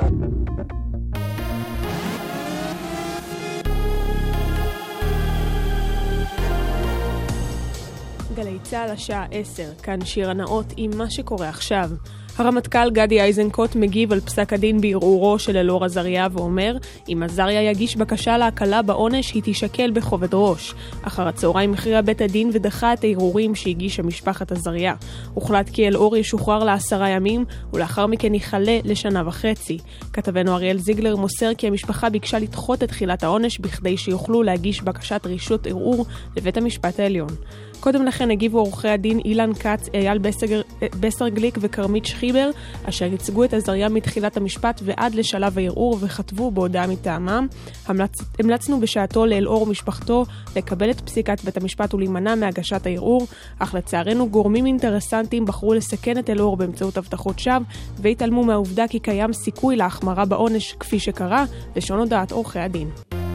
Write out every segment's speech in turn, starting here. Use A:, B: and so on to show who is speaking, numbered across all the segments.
A: גלי צהל השעה 10, כאן שיר הנאות עם מה שקורה עכשיו. הרמטכ"ל גדי איזנקוט מגיב על פסק הדין בערעורו של אלאור עזריה ואומר, אם עזריה יגיש בקשה להקלה בעונש היא תישקל בכובד ראש. אחר הצהריים הכריע בית הדין ודחה את הערעורים שהגישה משפחת עזריה. הוחלט כי אלאור ישוחרר ל10 ימים ולאחר מכן יחלה ל1.5 שנה. כתבנו אריאל זיגלר מוסר כי המשפחה ביקשה לדחות את תחילת העונש בכדי שיוכלו להגיש בקשת רשות ערעור לבית המשפט העליון. קודם לכן הגיבו עורכי הדין אילן קץ, אייל בסרגליק וקרמית שחיבר, אשר ייצגו את עזריה מתחילת המשפט ועד לשלב הערעור וכתבו בהודעה מטעמם. המלצנו בשעתו לאלאור ומשפחתו לקבל את פסיקת בית המשפט ולהימנע מהגשת הערעור, אך לצערנו גורמים אינטרסנטיים בחרו לסכן את אלאור באמצעות הבטחות שווא, והתעלמו מהעובדה כי קיים סיכוי להחמרה בעונש כפי שקרה, לשון הודעת עורכי הדין.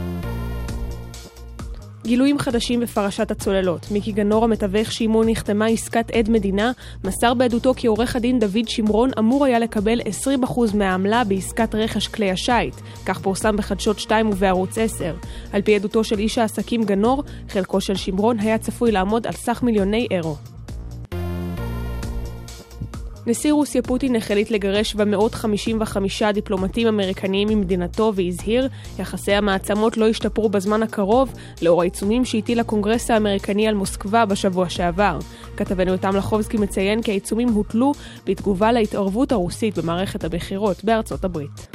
A: גילויים חדשים בפרשת הצוללות. מיקי גנור המתווך שעימו נחתמה עסקת עד מדינה, מסר בעדותו כי עורך הדין דוד שמרון אמור היה לקבל 20% מהעמלה בעסקת רכש כלי השייט. כך פורסם בחדשות 2 ובערוץ 10. על פי עדותו של איש העסקים גנור, חלקו של שמרון היה צפוי לעמוד על סך מיליוני אירו. נשיא רוסיה פוטין החליט לגרש ב155 דיפלומטים אמריקניים ממדינתו והזהיר, יחסי המעצמות לא ישתפרו בזמן הקרוב, לאור העיצומים שהטיל הקונגרס האמריקני על מוסקבה בשבוע שעבר. כתבנו יותם לחובסקי מציין כי העיצומים הוטלו בתגובה להתערבות הרוסית במערכת הבחירות בארצות הברית.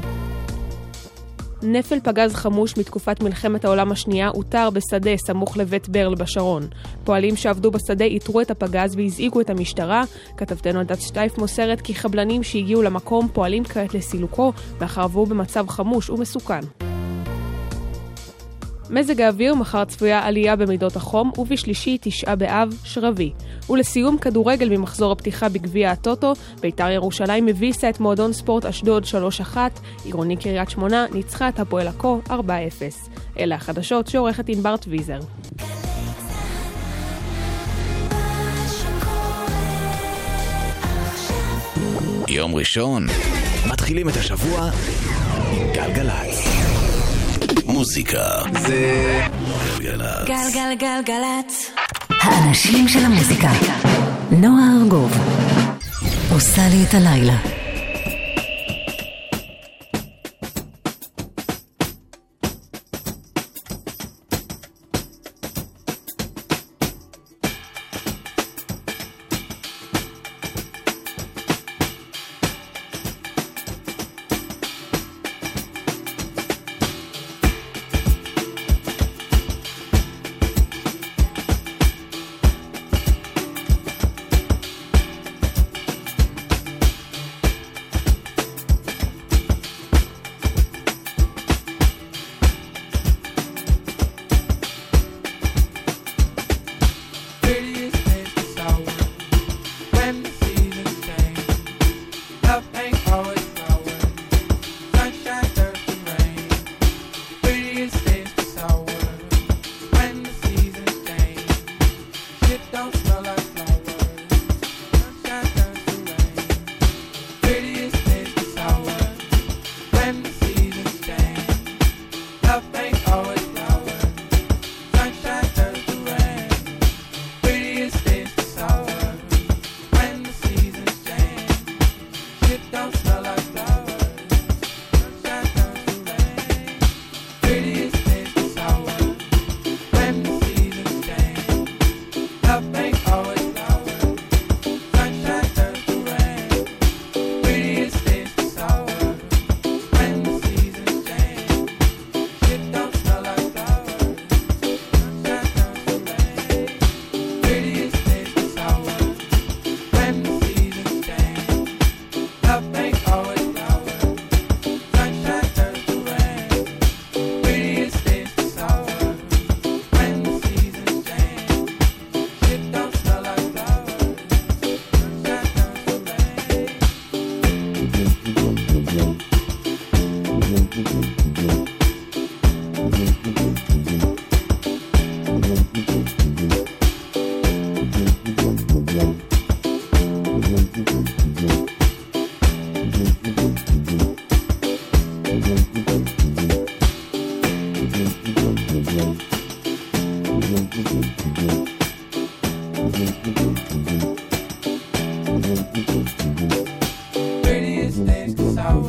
A: נפל פגז חמוש מתקופת מלחמת העולם השנייה הותר בשדה סמוך לבית ברל בשרון. פועלים שעבדו בשדה איתרו את הפגז והזעיקו את המשטרה. כתבתנו עדת שטייף מוסרת כי חבלנים שהגיעו למקום פועלים כעת לסילוקו, מאחר והוא במצב חמוש ומסוכן. מזג האוויר, מחר צפויה עלייה במידות החום, ובשלישי 9 באב שרבי. ולסיום כדורגל ממחזור הפתיחה בגביע הטוטו, בית"ר ירושלים הביסה את מועדון ספורט אשדוד 3-1, עירוני קריית שמונה ניצחה את הפועל עכו 4-0. אלה החדשות שעורכת ענבר טוויזר.
B: יום ראשון, מתחילים את השבוע עם גלגלצ. מוזיקה זה גלגלצ.
C: גלגלגלגלצ. האנשים של המוזיקה. נועה ארגוב עושה לי את הלילה.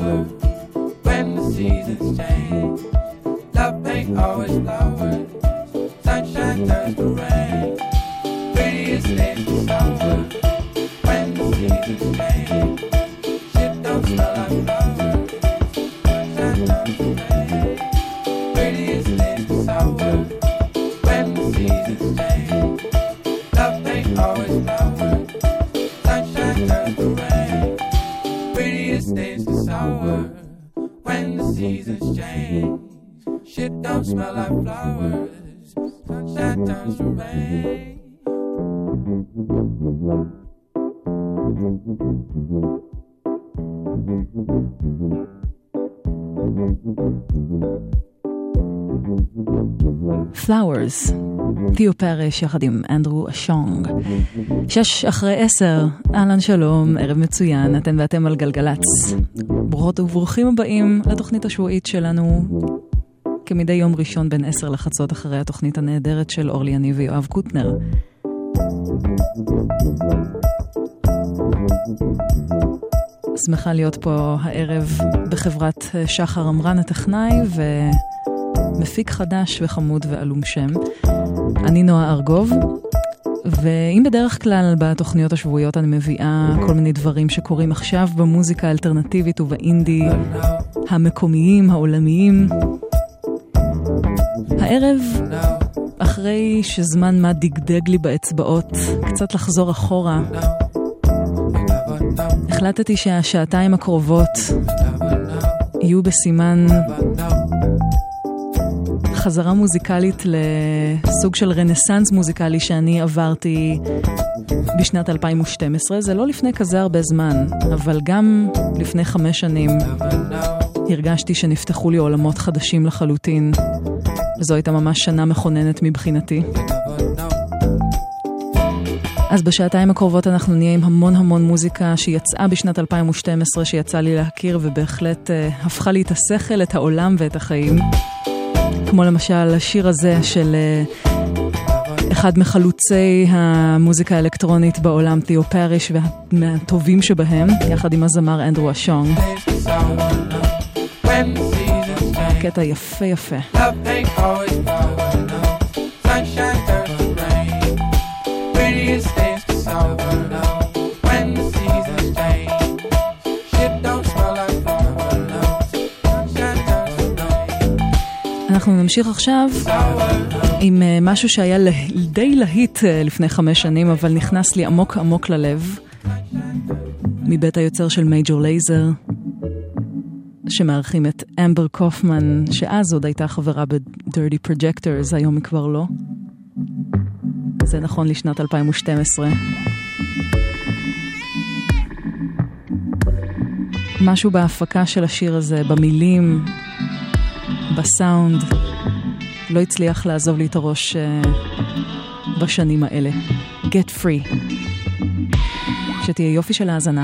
D: sour when the seasons change. Love ain't always flowers. Sunshine turns to rain. Prettiest things to sour when the seasons change. Shit don't smell like flowers. Sunshine turns to rain. Prettiest things to sour when the seasons change. Love ain't always flowers. Sunshine turns to rain. Prettiest days to sour when the seasons change. Shit don't smell like flowers. Sunshine turns to rain.
E: Flowers, תיאו פרש יחד עם אנדרו אשונג. 6:10, אהלן שלום, ערב מצוין, אתן ואתם על גלגלץ. ברוכות וברוכים הבאים לתוכנית השבועית שלנו, כמדי יום ראשון בין 10 לחצות אחרי התוכנית הנהדרת של אורלי יניב ויואב קוטנר. שמחה להיות פה הערב בחברת שחר אמרן הטכנאי ומפיק חדש וחמוד ועלום שם. אני נועה ארגוב, ואם בדרך כלל בתוכניות השבועיות אני מביאה כל מיני דברים שקורים עכשיו במוזיקה האלטרנטיבית ובאינדי המקומיים, העולמיים, הערב, אחרי שזמן מה דגדג לי באצבעות, קצת לחזור אחורה, החלטתי שהשעתיים הקרובות יהיו בסימן חזרה מוזיקלית לסוג של רנסנס מוזיקלי שאני עברתי בשנת 2012. זה לא לפני כזה הרבה זמן, אבל גם לפני 5 שנים הרגשתי שנפתחו לי עולמות חדשים לחלוטין. וזו הייתה ממש שנה מכוננת מבחינתי. אז בשעתיים הקרובות אנחנו נהיה עם המון המון מוזיקה שיצאה בשנת 2012, שיצא לי להכיר ובהחלט הפכה לי את השכל, את העולם ואת החיים. כמו למשל השיר הזה של אחד מחלוצי המוזיקה האלקטרונית בעולם, תיאו פריש, והטובים שבהם, יחד עם הזמר אנדרו אשונג. קטע יפה יפה. אנחנו נמשיך עכשיו עם משהו שהיה די להיט לפני 5 שנים, אבל נכנס לי עמוק עמוק ללב, מבית היוצר של מייג'ור לייזר, שמארחים את אמבר קופמן, שאז עוד הייתה חברה ב-Dirty Projectors, היום היא כבר לא. זה נכון לשנת 2012. משהו בהפקה של השיר הזה, במילים, בסאונד, לא הצליח לעזוב לי את הראש בשנים האלה. Get Free. שתהיה יופי של האזנה.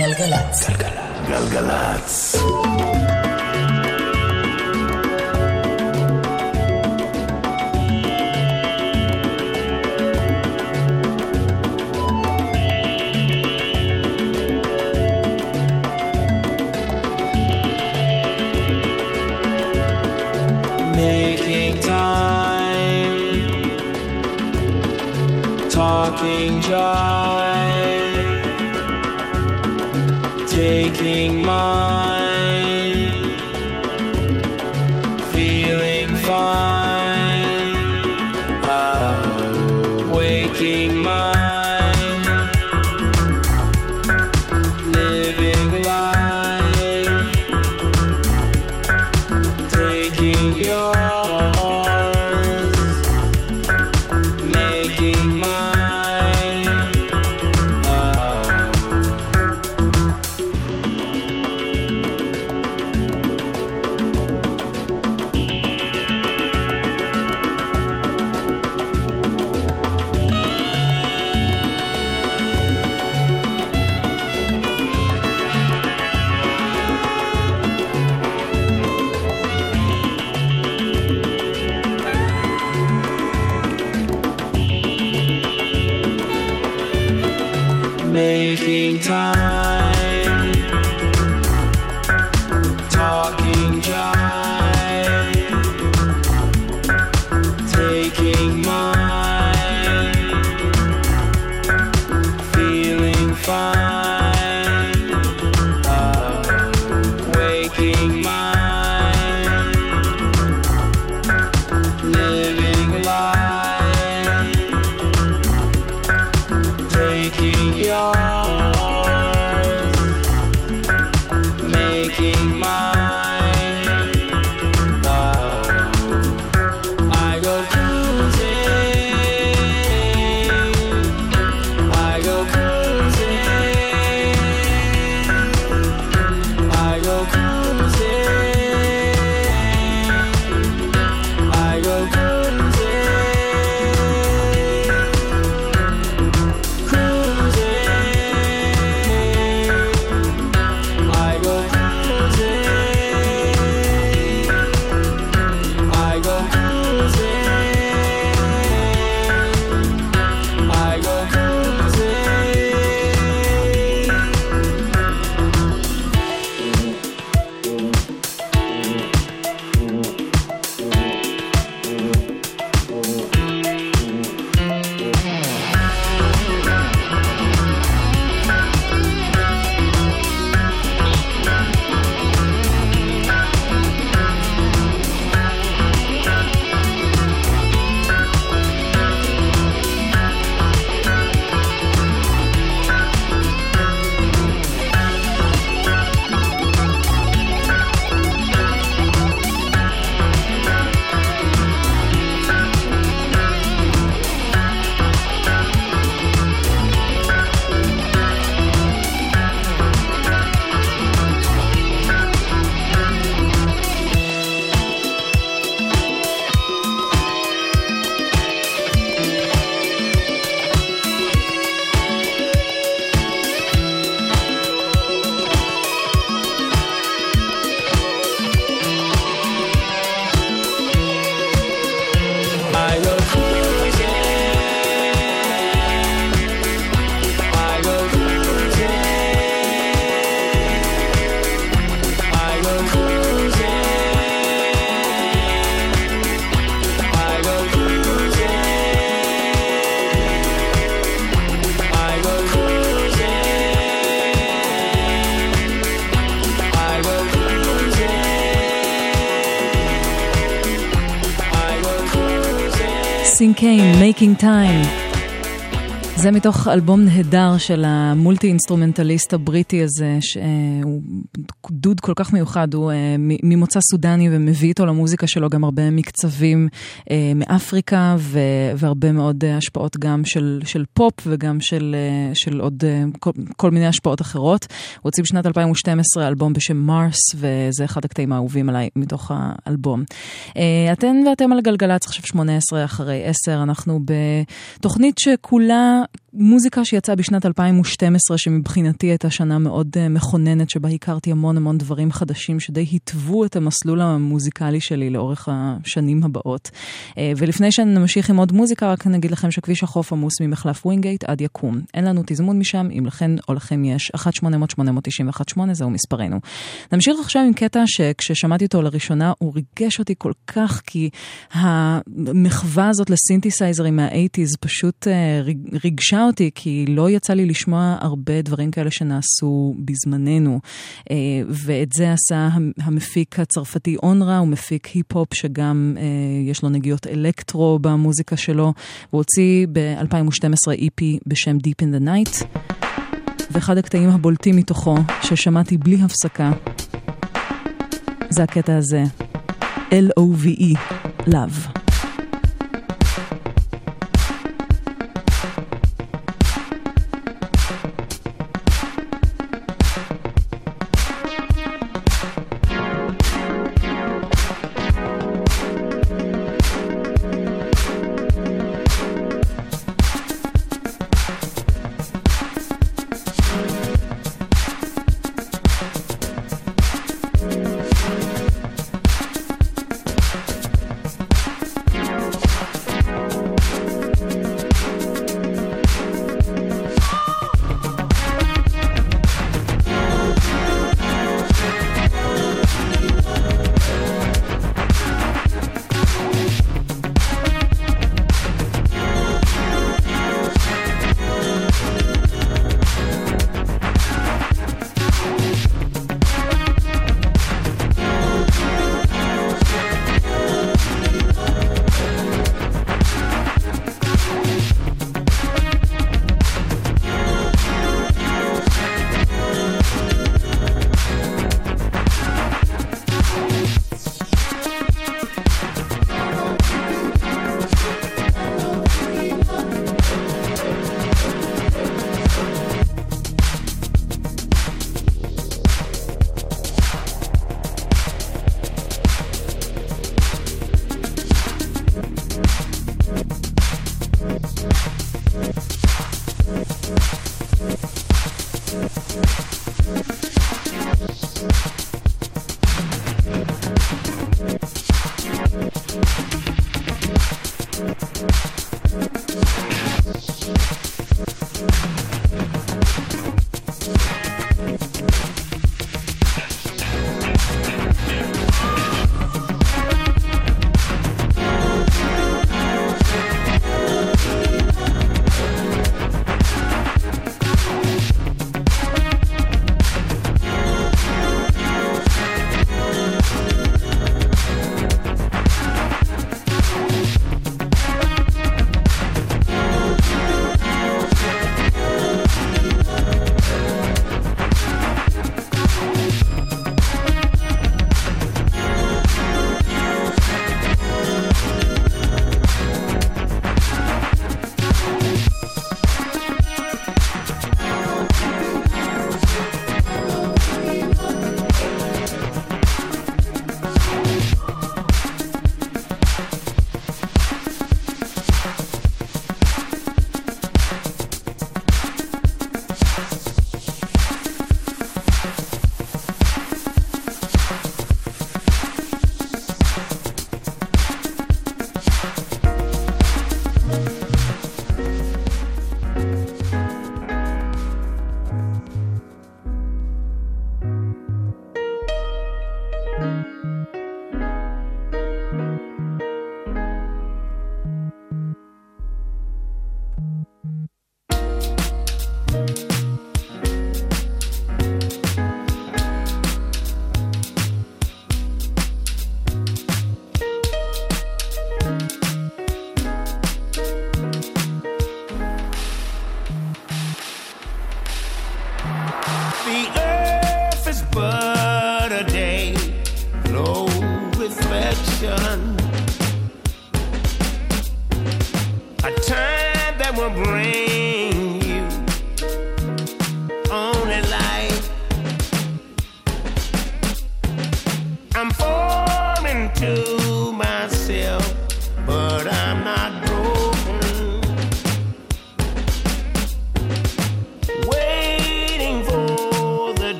C: גלגלץ.
B: גלגלץ.
F: Making time, talking jive, taking mine, feeling fine, waking mine, living life, taking yours. Making time, talking jive, taking mine, feeling fine, waking mine, living life, taking yours.
E: סינקיין, Making Time. זה מתוך אלבום נהדר של המולטי אינסטרומנטליסט הבריטי הזה, שהוא דוד כל כך מיוחד, הוא ממוצא סודני ומביא איתו למוזיקה שלו גם הרבה מקצבים מאפריקה, והרבה מאוד השפעות גם של פופ וגם של עוד כל מיני השפעות אחרות. הוא הוציא בשנת 2012 אלבום בשם מרס, וזה אחד הקטעים האהובים עליי מתוך האלבום. אתן ואתם על גלגלץ, עכשיו 18 אחרי 10, אנחנו בתוכנית שכולה מוזיקה שיצאה בשנת 2012, שמבחינתי הייתה שנה מאוד מכוננת, שבה הכרתי המון דברים חדשים, שדי היטבו את המסלול המוזיקלי שלי לאורך השנים הבאות. ולפני שנמשיך עם עוד מוזיקה, רק נגיד לכם שכביש החוף עמוס ממחלף ווינגייט עד יקום. אין לנו תזמון משם, אם לכן או לכם יש 1-800-891-8, זהו מספרנו. נמשיך עכשיו עם קטע שכששמעתי אותו לראשונה, הוא ריגש אותי כל כך, כי המחווה הזאת לסינתסייזרים מה-80s פשוט ריגשה אותי, כי לא יצא לי לשמוע הרבה דברים כאלה שנעשו בזמננו, ואת זה עשה המפיק הצרפתי אונרה, הוא מפיק היפ-הופ שגם יש לו נגיעות אלקטרו במוזיקה שלו, הוא הוציא ב-2012 EP בשם Deep in the Night, ואחד הקטעים הבולטים מתוכו ששמעתי בלי הפסקה, זה הקטע הזה, L-O-V-E, Love.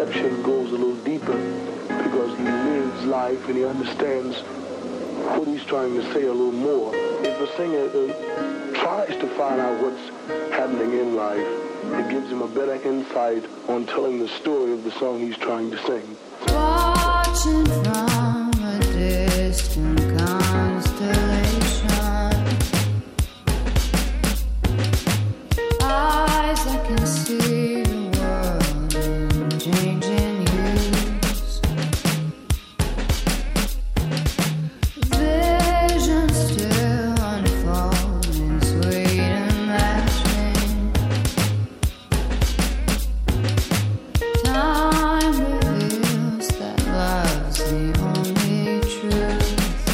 G: perception goes a little deeper because he lives life and he understands what he's trying to say a little more. If the singer tries to find out what's happening in life, it gives him a better insight on telling the story of the song he's trying to sing.
H: Watching from a distant constellation, eyes that can see the world in changing hues, vision still unfolding, sweet and matching. Time reveals that love's the only truth.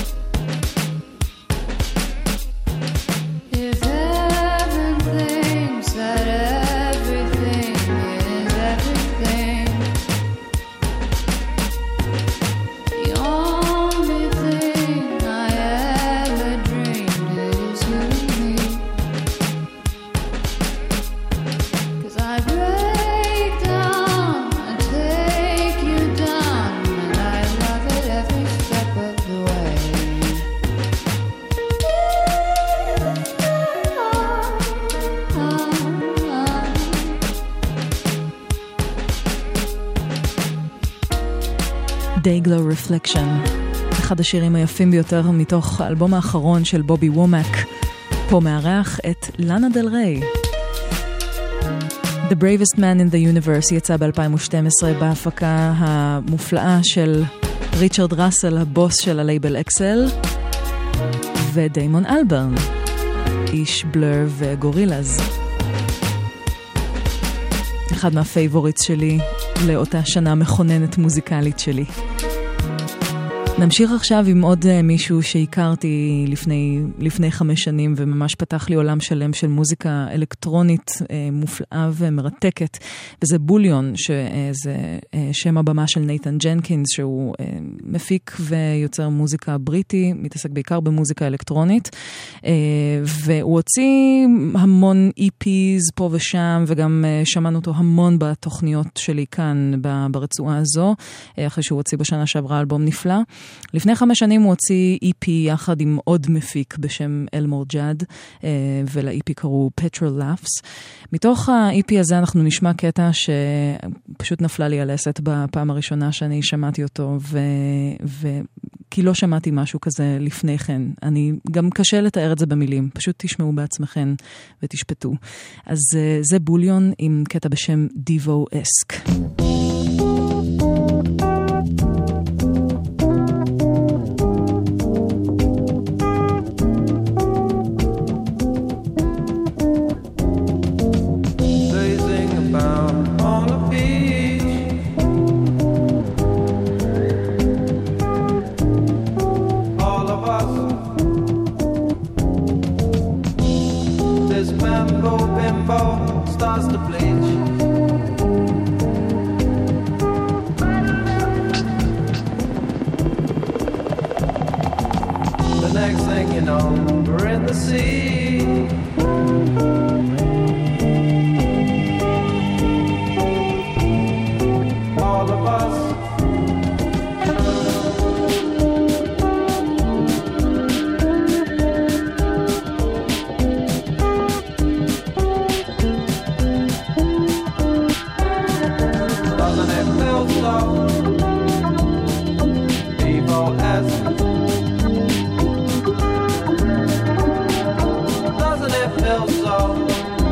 H: If heaven thinks that everything is everything, the only thing I ever dreamed is you and me. 'Cause I break down, I take you down, and I love it every step of the way.
E: Dayglow Reflection, אחד השירים היפים ביותר מתוך האלבום האחרון של בובי וומק. פה מארח את לאנה דל ריי. The Bravest Man in the Universe יצא ב-2012 בהפקה המופלאה של ריצ'רד ראסל, הבוס של הלייבל אקסל, ודיימון אלברן, איש בלר וגורילאז. אחד מהפייבוריטס שלי לאותה שנה מכוננת מוזיקלית שלי. נמשיך עכשיו עם עוד מישהו שהכרתי לפני 5 שנים וממש פתח לי עולם שלם של מוזיקה אלקטרונית מופלאה ומרתקת, וזה בוליון, שזה שם הבמה של נייתן ג'נקינס, שהוא מפיק ויוצר מוזיקה בריטי, מתעסק בעיקר במוזיקה אלקטרונית, והוא הוציא המון EPs פה ושם, וגם שמענו אותו המון בתוכניות שלי כאן ברצועה הזו, אחרי שהוא הוציא בשנה שעברה אלבום נפלא. לפני 5 שנים הוא הוציא EP יחד עם עוד מפיק בשם אלמור ג'אד, ול-EP קראו Petrol Laughs. מתוך ה-EP הזה אנחנו נשמע קטע שפשוט נפלה לי הלסת בפעם הראשונה שאני שמעתי אותו, כי לא שמעתי משהו כזה לפני כן. אני גם קשה לתאר את זה במילים, פשוט תשמעו בעצמכם ותשפטו. אז זה בוליון עם קטע בשם Devo-esque.
D: Doesn't it feel so?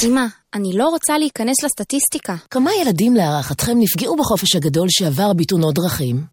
I: אמא, אני לא רוצה להיכנס לסטטיסטיקה.
J: כמה ילדים להערכתכם נפגעו בחופש הגדול שעבר בתאונות דרכים?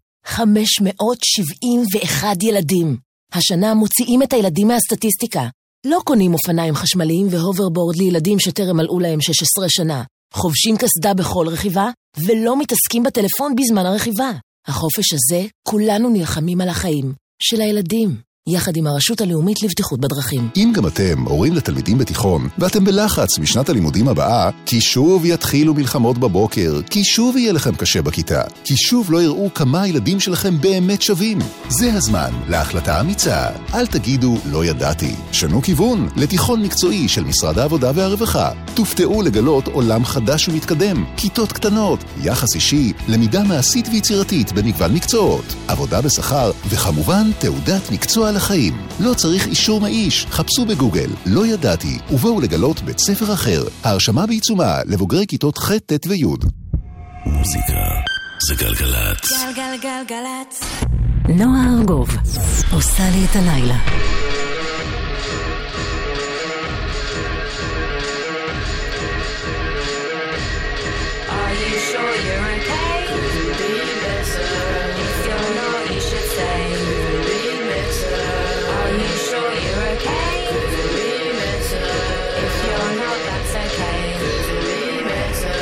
J: 571 ילדים. השנה מוציאים את הילדים מהסטטיסטיקה. לא קונים אופניים חשמליים והוברבורד לילדים שטרם מלאו להם 16 שנה. חובשים קסדה בכל רכיבה, ולא מתעסקים בטלפון בזמן הרכיבה. החופש הזה, כולנו נלחמים על החיים של הילדים. יחד עם הרשות הלאומית לבטיחות בדרכים.
K: אם גם אתם הורים לתלמידים בתיכון, ואתם בלחץ משנת הלימודים הבאה, כי שוב יתחילו מלחמות בבוקר, כי שוב יהיה לכם קשה בכיתה, כי שוב לא יראו כמה הילדים שלכם באמת שווים. זה הזמן להחלטה אמיצה. אל תגידו לא ידעתי. שנו כיוון לתיכון מקצועי של משרד העבודה והרווחה. תופתעו לגלות עולם חדש ומתקדם, כיתות קטנות, יחס אישי, למידה מעשית ויצירתית במגוון מקצועות, עבודה בשכר, וכמובן תעודת מקצוע לחיים. לא צריך אישור מאיש. חפשו בגוגל לא ידעתי ובואו לגלות בית ספר אחר. ההרשמה בעיצומה לבוגרי כיתות ח', ט' וי'.
B: מוזיקה זה גלגלצ.
C: גלגלגלגלצ. נועה ארגוב עושה לי את הלילה.
H: Are you sure you're okay? Be better. If you're not, you should say. Be better. Are you sure you're okay? Be better. If you're not, that's okay. Be better.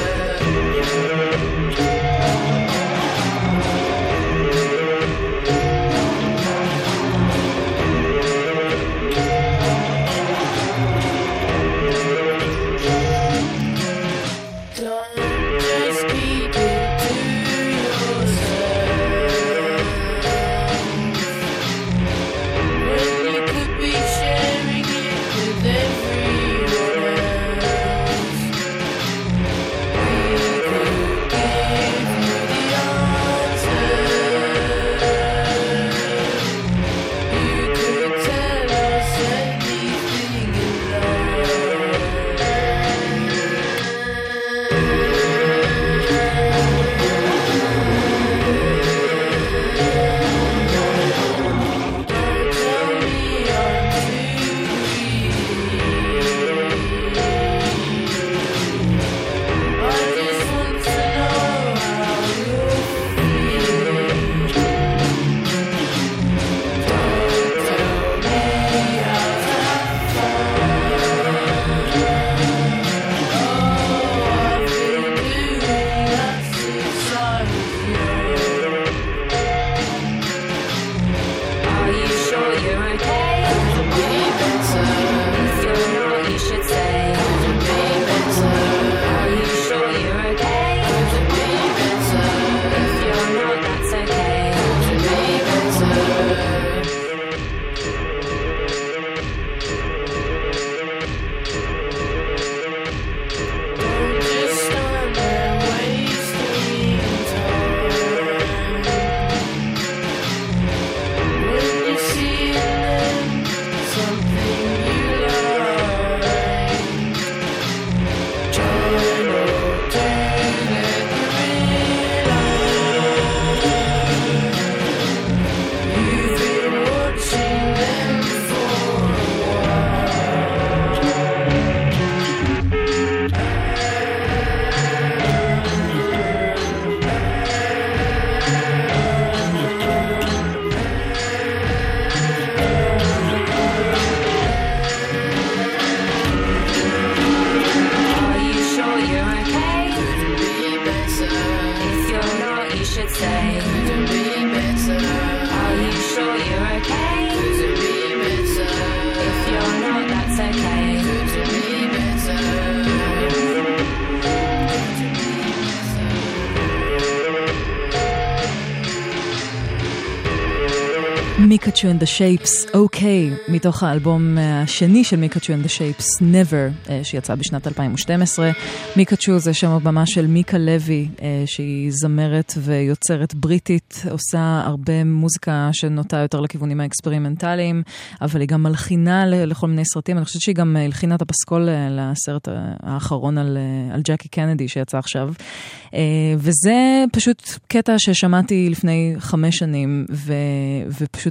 E: מיקאצ'ו and the Shapes, אוקיי, מתוך האלבום השני של מיקאצ'ו and the Shapes, Never, שיצא בשנת 2012. מיקאצ'ו זה שם הבמה של מיקה לוי, שהיא זמרת ויוצרת בריטית, עושה הרבה מוזיקה שנוטה יותר לכיוונים האקספרימנטליים, אבל היא גם מלחינה לכל מיני סרטים. אני חושבת שהיא גם הלחינה את הפסקול לסרט האחרון על ג'קי קנדי שיצא עכשיו. וזה פשוט קטע ששמעתי לפני 5 שנים, ופשוט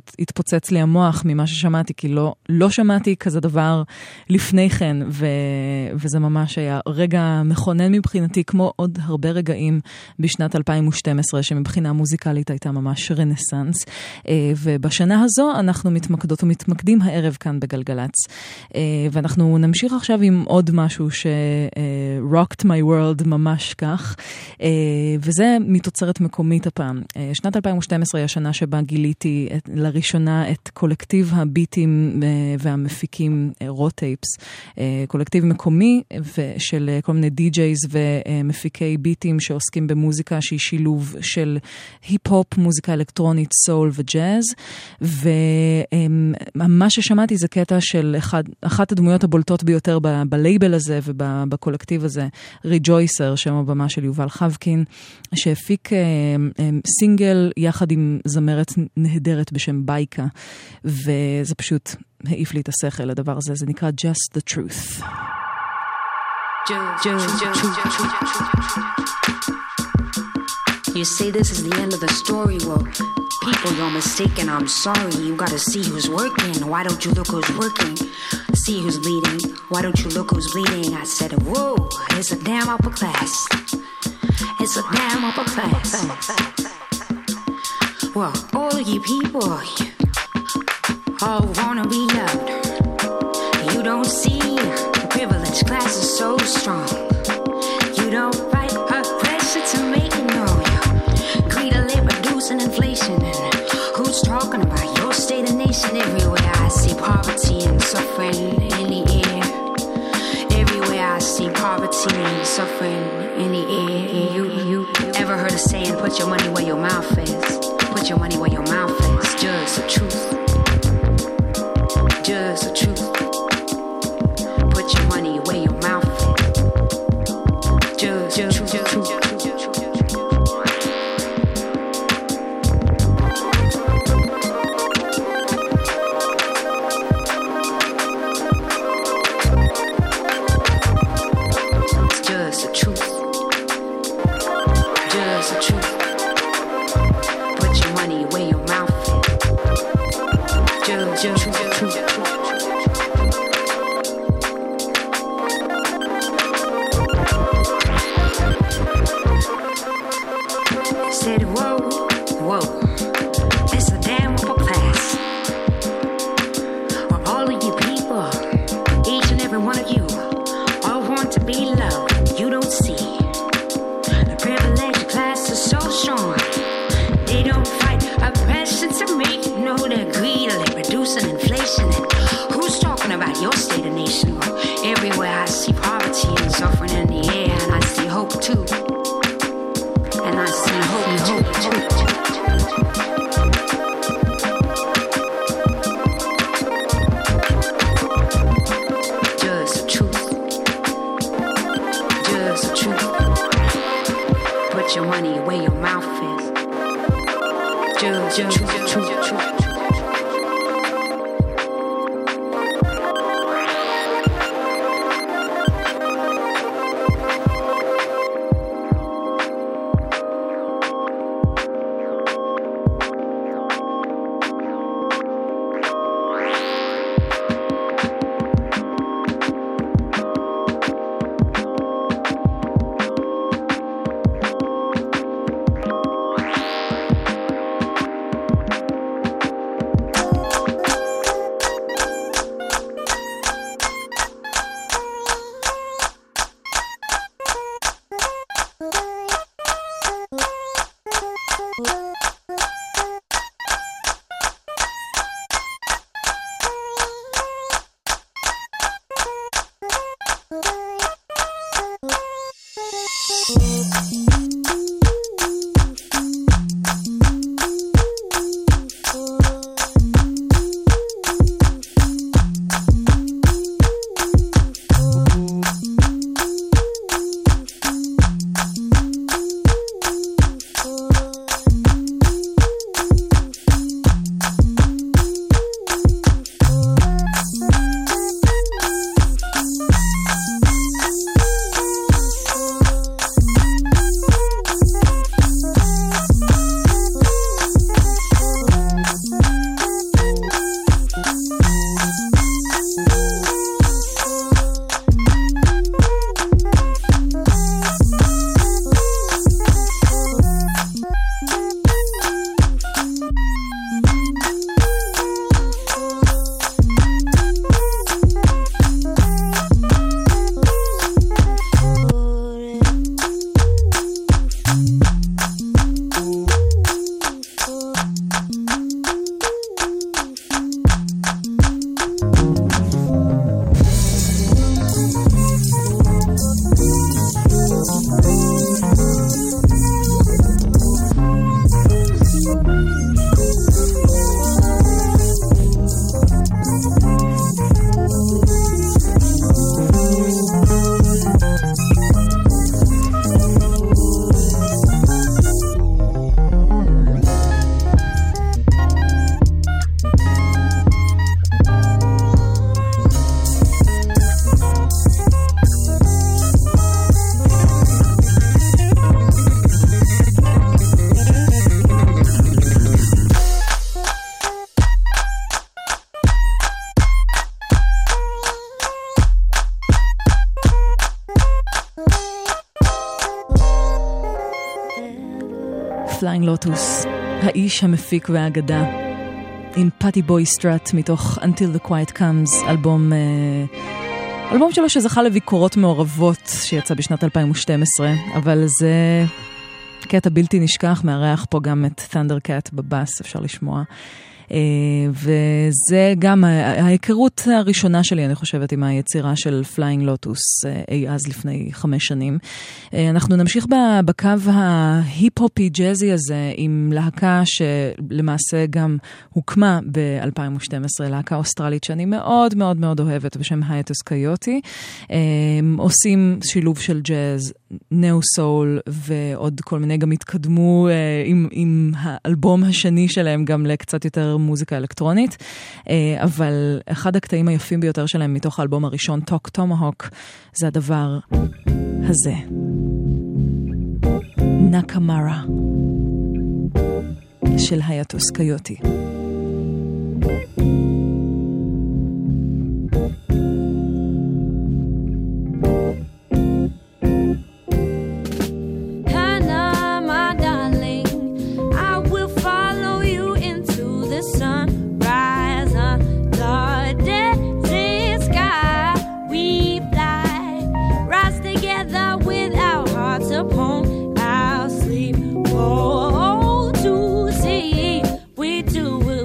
E: פשוט התפוצץ לי המוח ממה ששמעתי, כי לא שמעתי כזה דבר לפני כן, וזה ממש היה רגע מכונן מבחינתי, כמו עוד הרבה רגעים בשנת 2012, שמבחינה מוזיקלית הייתה ממש רנסנס, ובשנה הזו אנחנו מתמקדות ומתמקדים הערב כאן בגלגלץ, ואנחנו נמשיך עכשיו עם עוד משהו ש-rocked my world ממש כך, וזה מתוצרת מקומית הפעם. שנת 2012 היא השנה שבה גיליתי לראשונה את קולקטיב הביטים והמפיקים רוטייפס, קולקטיב מקומי של כל מיני די-ג'ייז ומפיקי ביטים שעוסקים במוזיקה שהיא שילוב של היפ-הופ, מוזיקה אלקטרונית, סול וג'אז, ומה ששמעתי זה קטע של אחת הדמויות הבולטות ביותר בלייבל הזה ובקולקטיב הזה, ריג'ויסר, שם הבמה של יובל חבקין, שהפיק סינגל יחד עם זמרת נהדרת בשם בייקה, וזה פשוט העיף לי את השכל הדבר הזה, זה נקרא Just the Truth.
L: You say this is the end of the story, well, people, you're mistaken, I'm sorry. You gotta see who's working, why don't you look who's working? See who's bleeding, why don't you look who's bleeding? I said, whoa, it's a damn upper class. It's a damn upper class. Well, all of you people, all wanna be loved. You don't see the privileged class is so strong. You don't fight oppression to make it know you. Greed of labor, reducing inflation. And who's talking about your state of nation? Everywhere I see poverty and suffering in the air. Everywhere I see poverty and suffering in the air. You ever heard a saying, put your money where your mouth is? Put your money where your mouth is. Just the truth. Just the truth. Put your money where your mouth is. Just the truth.
E: פליינג לוטוס, האיש המפיק והאגדה, עם פאטי בוי סטראט מתוך Until the Quiet Comes, אלבום שלו שזכה לביקורות מעורבות שיצא בשנת 2012, אבל זה קטע בלתי נשכח, מארח פה גם את Thundercat בבאס, אפשר לשמוע. וזה גם ההיכרות הראשונה שלי, אני חושבת, עם היצירה של פליינג לוטוס אי אז לפני 5 שנים. אנחנו נמשיך בקו ההיפ-הופי ג'אזי הזה עם להקה שלמעשה גם הוקמה ב-2012, להקה אוסטרלית שאני מאוד מאוד מאוד אוהבת בשם היאטוס קויוטי. עושים שילוב של ג'אז, ניאו סול ועוד כל מיני, גם התקדמו עם האלבום השני שלהם גם לקצת יותר מוזיקה אלקטרונית, אבל אחד הקטעים היפים ביותר שלהם מתוך האלבום הראשון, טוק טומהוק, זה הדבר הזה. נקמרה של היאטוס קויוטי.
M: Upon our sleep, oh, to see we do.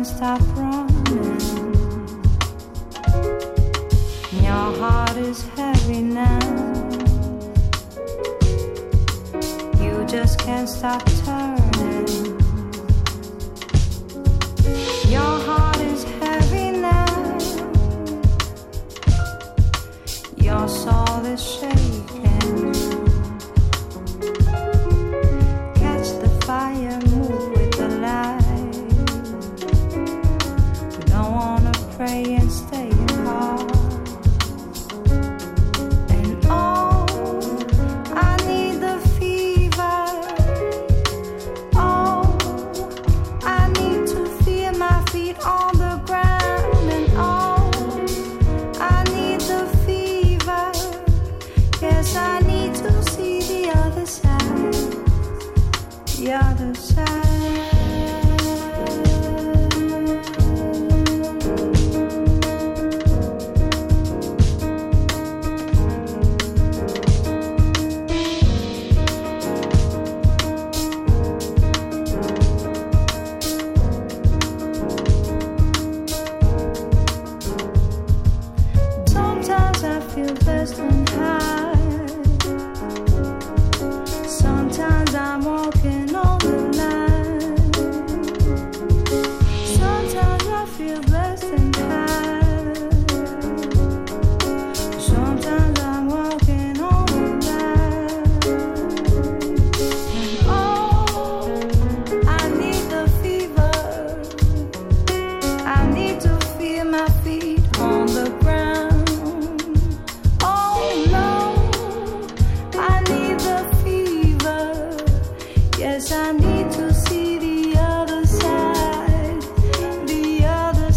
L: stop running. Your heart is heavy now. You just can't stop turning. Your heart is heavy now. Your soul is shaking. Catch the fire, move with the light. We don't wanna pray and stay apart. On the ground and all I need the fever. Yes, I need to see the other side. The other side. Sometimes I'm walking on the line. Sometimes I feel blessed and high. Sometimes I'm walking on the line. And oh, I need the fever. I need to feel my feet on the ground. I need to see the other side, the other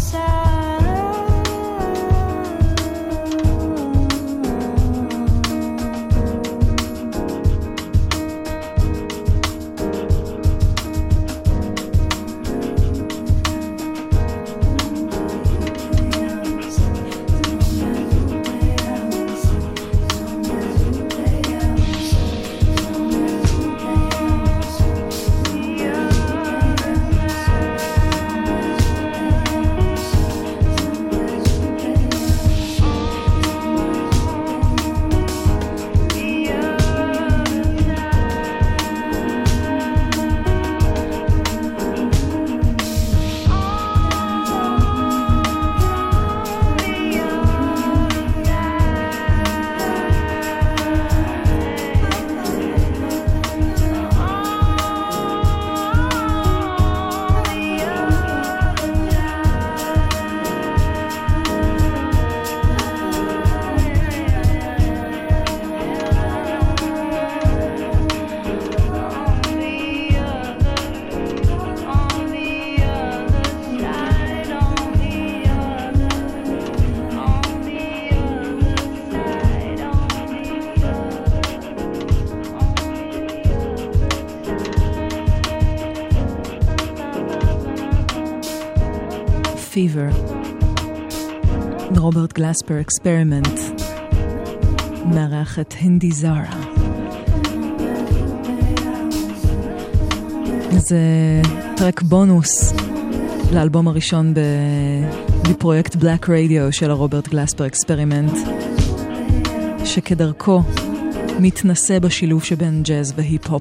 E: Fever, רוברט גלספר אקספרימנט, מארח את הינדי זארה. זה טרק בונוס לאלבום הראשון בפרויקט בלק רדיו של הרוברט גלספר אקספרימנט, שכדרכו מתנסה בשילוב שבין ג'אז והיפ-הופ.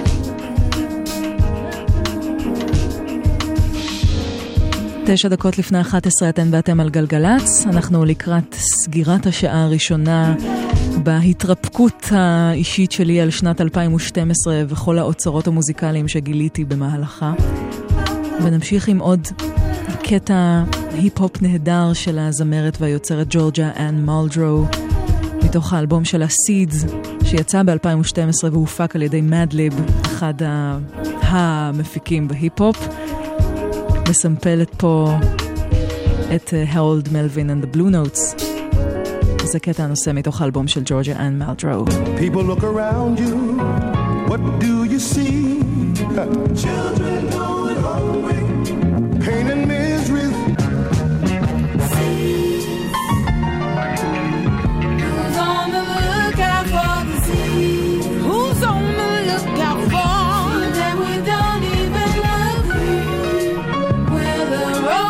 E: 9 דקות לפני 11 אתן ואתם על גלגלץ. אנחנו לקראת סגירת השעה הראשונה בהתרפקות האישית שלי על שנת 2012 וכל האוצרות המוזיקליים שגיליתי במהלכה. ונמשיך עם עוד קטע היפ-הופ נהדר של הזמרת והיוצרת ג'ורג'ה אן מולדרו, מתוך האלבום של הסידס שיצא ב-2012 והופק על ידי מדליב, אחד המפיקים בהיפ-הופ. מסמפלת פה את Harold Melvin and the Blue Notes. זה קטע הנושא מתוך האלבום של ג'ורג'ה אן מולדרו.
M: People look around you, what do you see? Children going hungry, pain and misery.
H: Who's on the lookout for the sea? Who's on the lookout for that we don't even agree? Where the road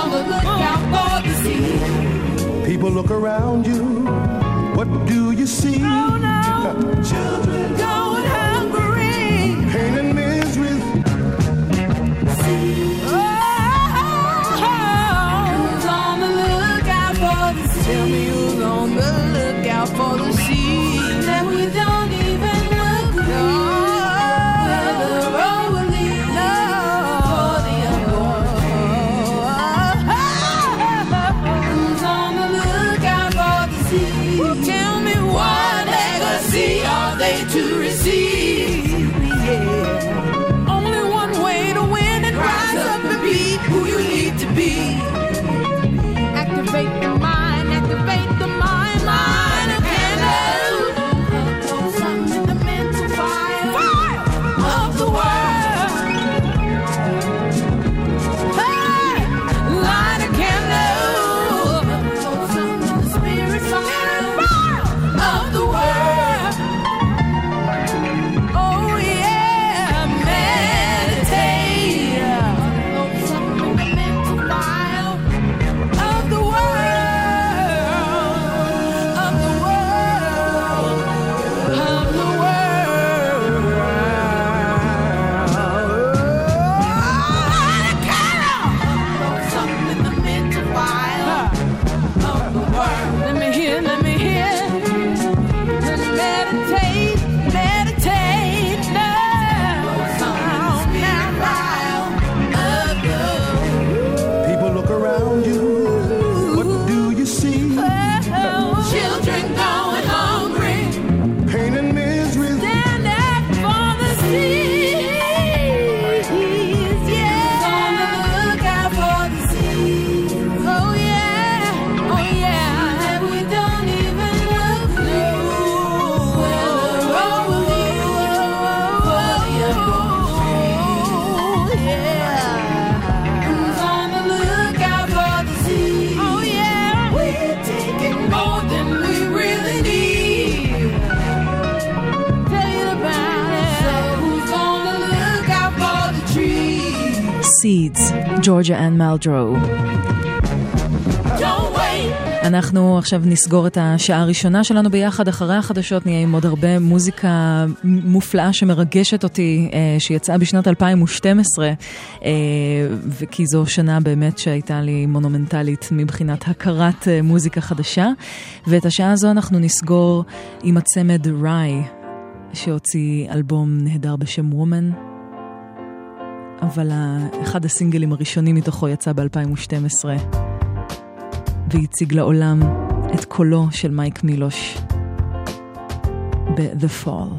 H: on the lookout for the sea.
M: People look around you. What do you see?
H: Oh no,
M: children
H: going hungry.
M: Pain and misery.
H: Who's on the lookout for the sea? Tell me who's on the lookout for the sea. That we don't even look where the road will lead for the unborn. Who's on the lookout for the sea? Tell me what legacy are they to receive? Yeah. Only one way to win and rise up and be who you need to be. Activate the mind, activate the mind, mind of candle. Something in the mental fire of the world. Hey, light a candle. Something in the spirit fire of the world. Oh yeah, meditate. Something in the mental fire of the world, of the world, of the world. Something in the mental fire of the world. Let me hear, let me hear. Meditate, meditate now.
M: People look around you. What do you see?
H: Children going hungry.
M: Pain and misery.
H: Stand up for the seas. Yeah. On the lookout for the seas. Oh yeah, oh yeah. And we don't even look where the road will lead for the unborn. Yeah. Who's on the lookout for the seas? Oh yeah. We're taking more than we really need. Tell you about it. So who's on the lookout for the trees?
E: Seeds, ג'ורג'ה אנד מלדרו.
H: Don't wait.
E: אנחנו עכשיו נסגור את השעה הראשונה שלנו ביחד. אחרי החדשות נהיה עם עוד הרבה מוזיקה מופלאה שמרגשת אותי, שיצאה בשנת 2012, וכי זו שנה באמת שהייתה לי מונומנטלית מבחינת הכרת מוזיקה חדשה. ואת השעה הזו אנחנו נסגור עם הצמד ראי, שהוציא אלבום נהדר בשם וומן, אבל אחד הסינגלים הראשונים מתוכו יצא ב-2012, והציג לעולם את קולו של מייק מילוש ב-The Fall.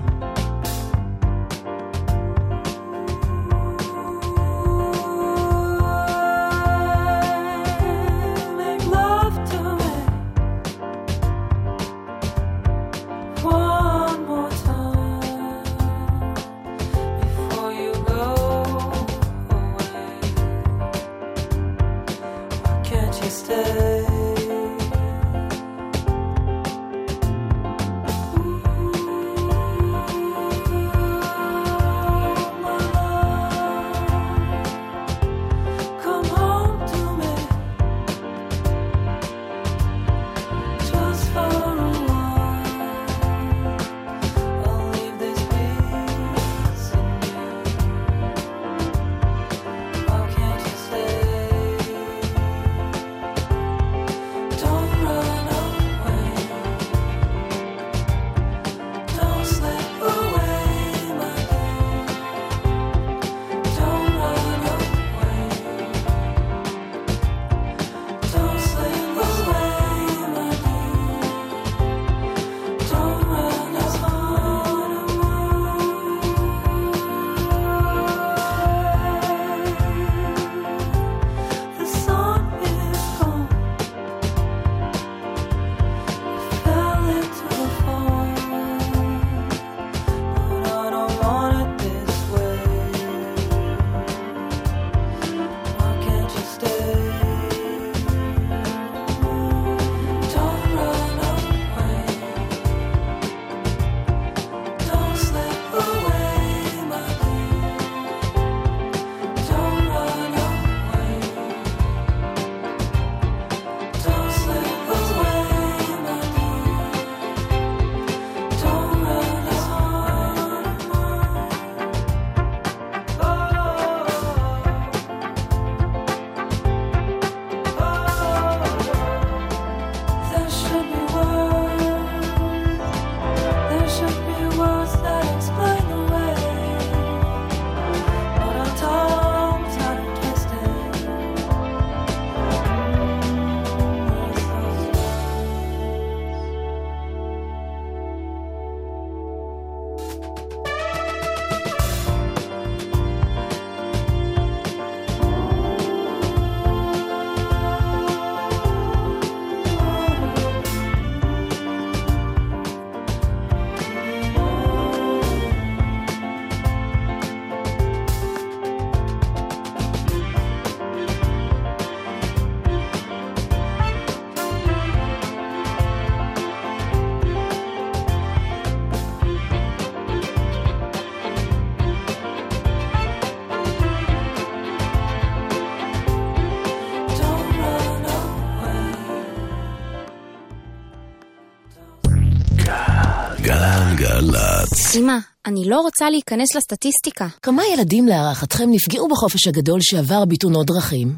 I: אמא, אני לא רוצה להיכנס לסטטיסטיקה.
J: כמה ילדים להערכתכם נפגעו בחופש הגדול שעבר בתאונות דרכים?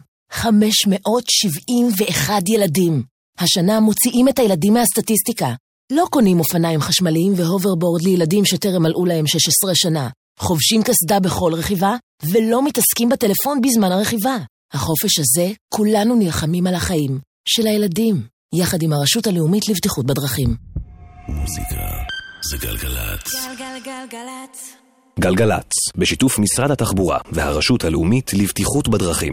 J: 571 ילדים. השנה מוציאים את הילדים מהסטטיסטיקה. לא קונים אופניים חשמליים והוברבורד לילדים שטרם מלאו להם 16 שנה. חובשים קסדה בכל רכיבה, ולא מתעסקים בטלפון בזמן הרכיבה. החופש הזה, כולנו נלחמים על החיים של הילדים, יחד עם הרשות הלאומית לבטיחות בדרכים.
B: מוזיקה זה גלגלת.
I: גלגלגלגלת.
N: גלגלת, בשיתוף משרד התחבורה והרשות הלאומית לבטיחות בדרכים.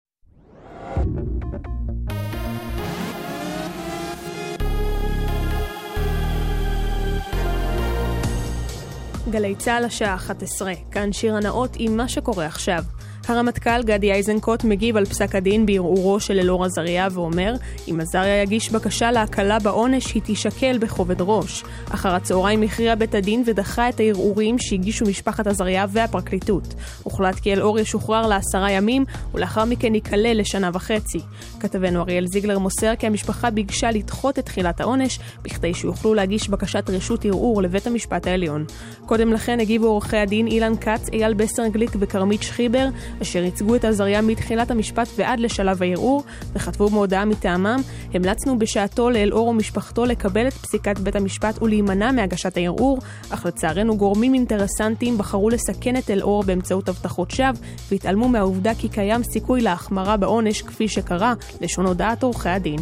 A: גלי צהל השעה 11, כאן שיר הנאות עם מה שקורה עכשיו. הרמטכ"ל גדי איזנקוט מגיב על פסק הדין בערעורו של אלאור עזריה ואומר, אם עזריה יגיש בקשה להקלה בעונש היא תישקל בכובד ראש. אחר הצהריים הכריע בית הדין ודחה את הערעורים שהגישו משפחת עזריה והפרקליטות. הוחלט כי אלאור ישוחרר ל10 ימים ולאחר מכן ייכלל ל1.5 שנה. כתבנו אריאל זיגלר מוסר כי המשפחה ביקשה לדחות את תחילת העונש בכדי שיוכלו להגיש בקשת רשות ערעור לבית המשפט העליון. קודם לכן הגיבו עורכי הדין אילן קץ, אייל בסר גליק וקרמית שחיבר אשר ייצגו את עזריה מתחילת המשפט ועד לשלב הערעור, וכתבו בהודעה מטעמם, המלצנו בשעתו לאלאור ומשפחתו לקבל את פסיקת בית המשפט ולהימנע מהגשת הערעור, אך לצערנו גורמים אינטרסנטיים בחרו לסכן את אלאור באמצעות הבטחות שווא, והתעלמו מהעובדה כי קיים סיכוי להחמרה בעונש כפי שקרה, לשון הודעת עורכי הדין.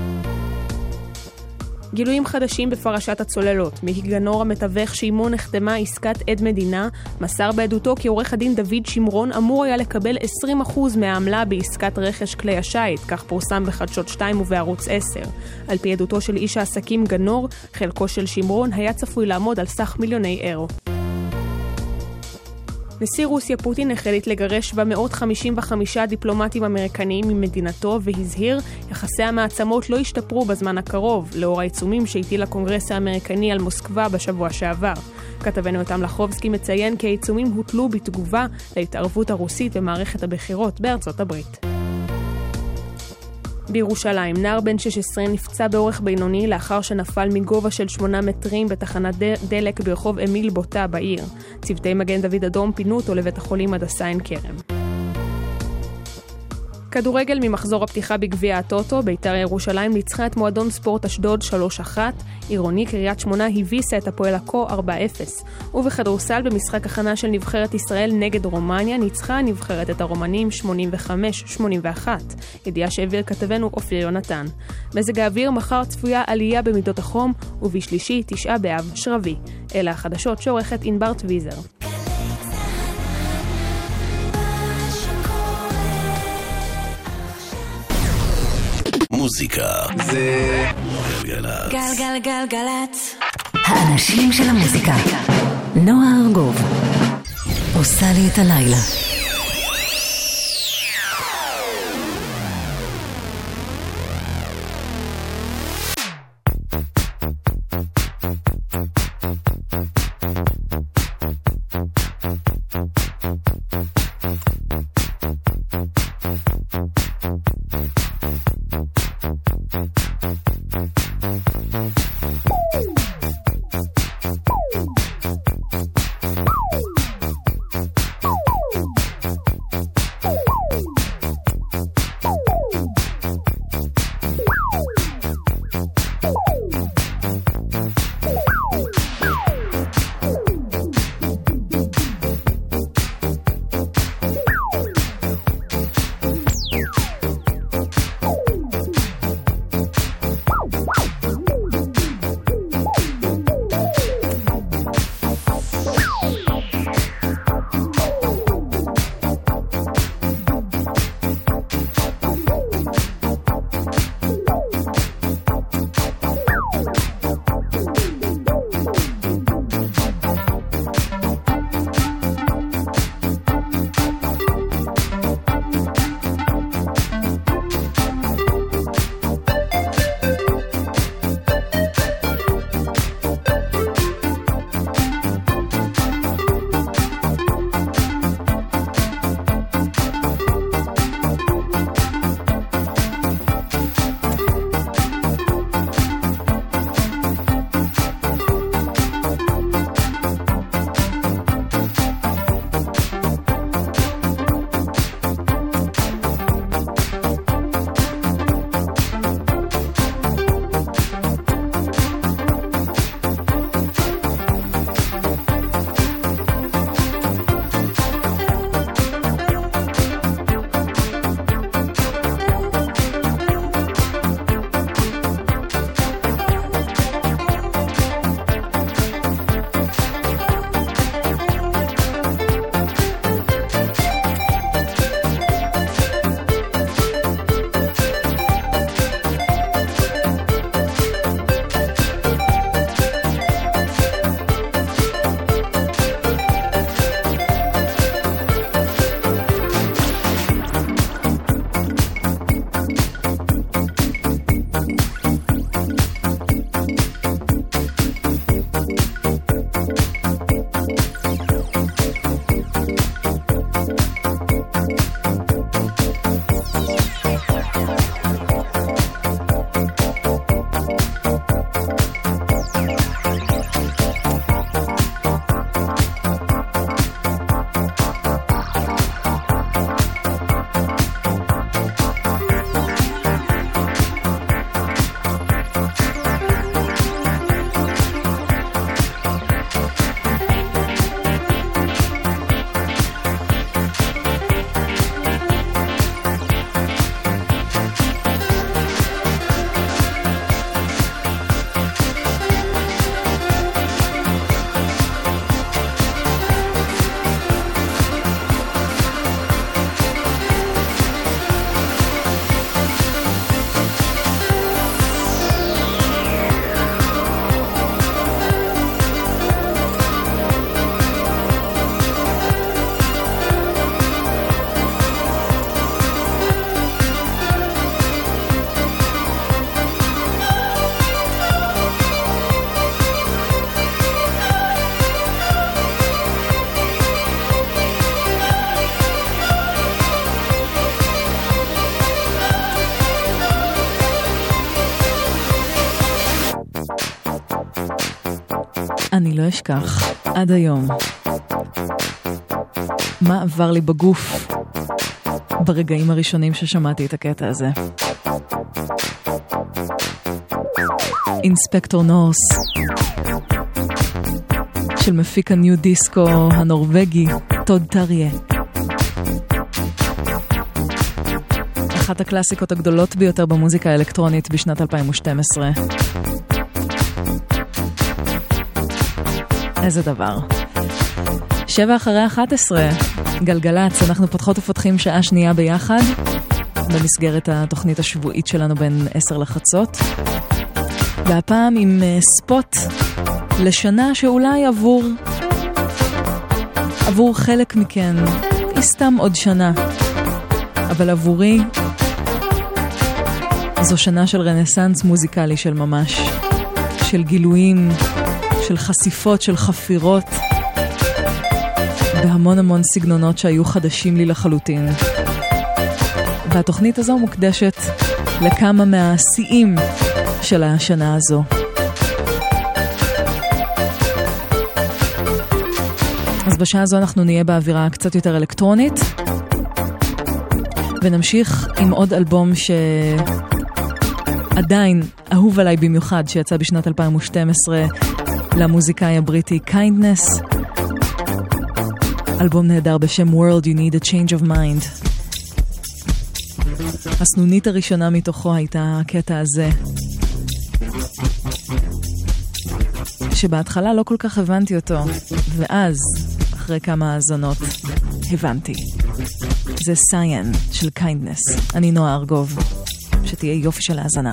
A: גילויים חדשים בפרשת הצוללות. מיקי גנור המתווך שעימו נחתמה עסקת עד מדינה, מסר בעדותו כי עורך הדין דוד שמרון אמור היה לקבל 20% מהעמלה בעסקת רכש כלי השייט, כך פורסם בחדשות 2 ובערוץ 10. על פי עדותו של איש העסקים גנור, חלקו של שמרון היה צפוי לעמוד על סך מיליוני אירו. נשיא רוסיה פוטין החליט לגרש 755 דיפלומטים אמריקניים ממדינתו והזהיר, יחסי המעצמות לא ישתפרו בזמן הקרוב, לאור העיצומים שהטיל הקונגרס האמריקני על מוסקבה בשבוע שעבר. כתבנו אותם לחובסקי מציין כי העיצומים הוטלו בתגובה להתערבות הרוסית במערכת הבחירות בארצות הברית. בירושלים, נער בן 16 נפצע באורך בינוני לאחר שנפל מגובה של 8 מטרים בתחנת דלק ברחוב אמיל בוטה בעיר. צוותי מגן דוד אדום פינו אותו לבית החולים הדסה עין כרם. כדורגל ממחזור הפתיחה בגביע הטוטו, בית"ר ירושלים ניצחה את מועדון ספורט אשדוד 3-1, עירוני קריית שמונה הביסה את הפועל עכו 4-0, ובכדורסל במשחק הכנה של נבחרת ישראל נגד רומניה ניצחה נבחרת את הרומנים 85-81, ידיעה שהעביר כתבנו אופיר יונתן. מזג האוויר מחר צפויה עלייה במידות החום, ובשלישי 9 באב שרבי. אלה החדשות שעורכת ענבר טוויזר.
B: מוזיקה זה גלגלת.
C: גלגלגלגלת. האנשים של המוזיקה. נועה ארגוב עושה לי את הלילה.
E: אני לא אשכח עד היום מה עבר לי בגוף ברגעים הראשונים ששמעתי את הקטע הזה. אינספקטור נורס של מפיק הניו דיסקו הנורווגי טוד טריה. אחת הקלאסיקות הגדולות ביותר במוזיקה האלקטרונית בשנת 2012. איזה דבר. 7:11, גלגלץ, אנחנו פותחות ופותחים שעה שנייה ביחד, במסגרת התוכנית השבועית שלנו בין 10 לחצות. והפעם עם ספוט לשנה שאולי עבור חלק מכן, היא סתם עוד שנה. אבל עבורי, זו שנה של רנסנס מוזיקלי של ממש. של גילויים, של חשיפות, של חפירות. בהמון המון סגנונות שהיו חדשים לי לחלוטין. והתוכנית הזו מוקדשת לכמה מהשיאים של השנה הזו. אז בשעה הזו אנחנו נהיה באווירה קצת יותר אלקטרונית, ונמשיך עם עוד אלבום שעדיין אהוב עליי במיוחד, שיצא בשנת 2012 למוזיקאי הבריטי Kindness. אלבום נהדר בשם World You Need a Change of Mind. הסנונית הראשונה מתוכו הייתה הקטע הזה, שבהתחלה לא כל כך הבנתי אותו, ואז אחרי כמה האזנות הבנתי. זה סיין של Kindness. אני נועה ארגוב, שתהיה יופי של האזנה.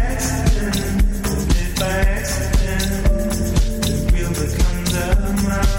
O: Accident, the wheel becomes a mile.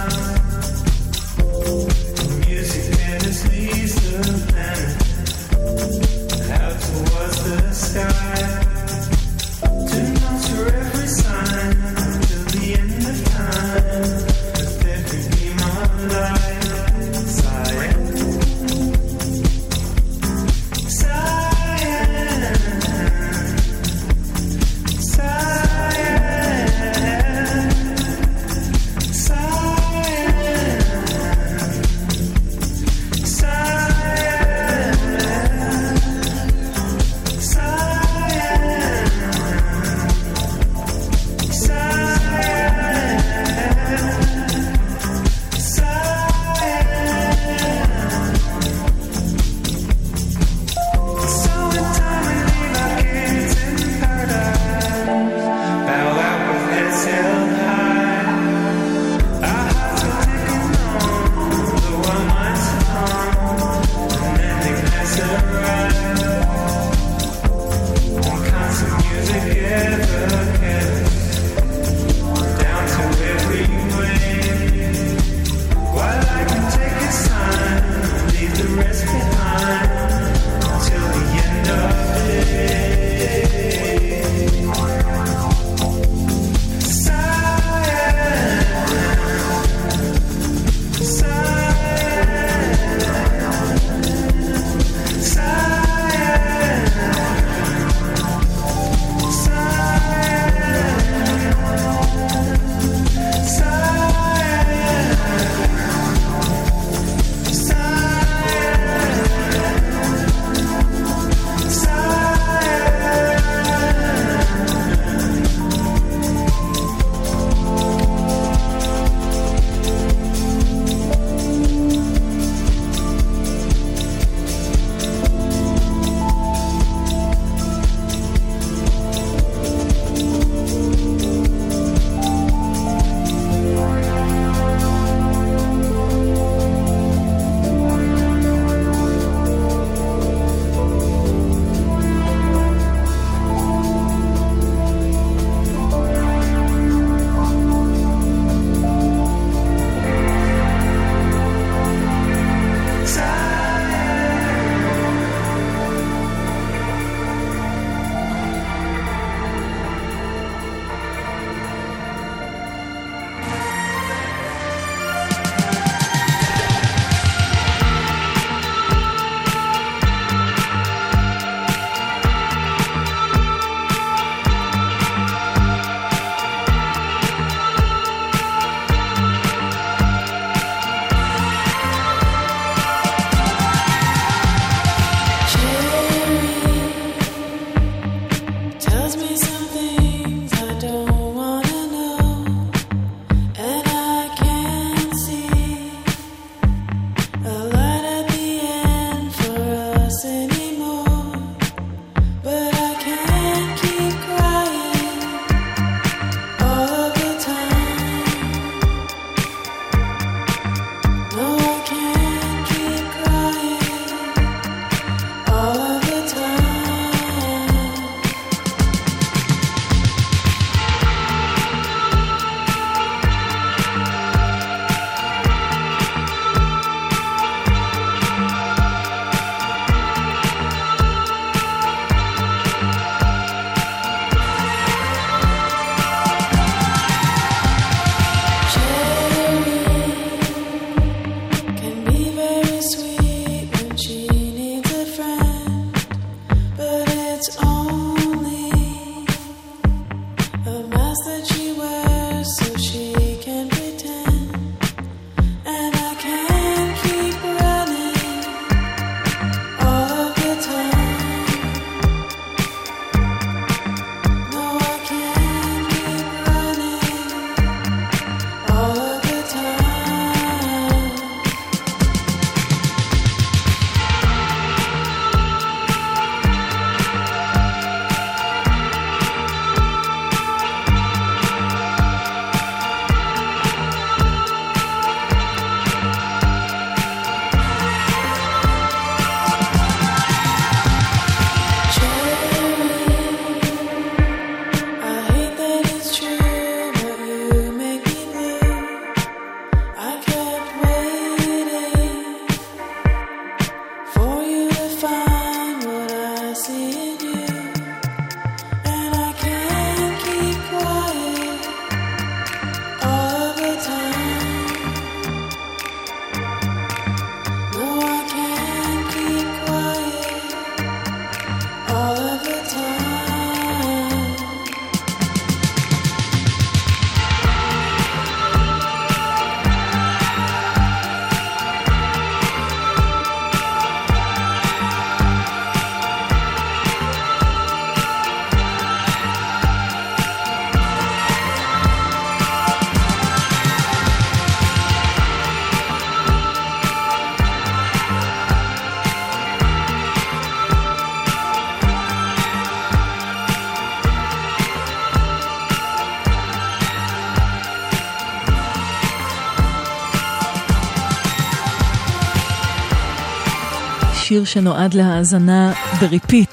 E: שיר שנועד להאזנה בריפיט.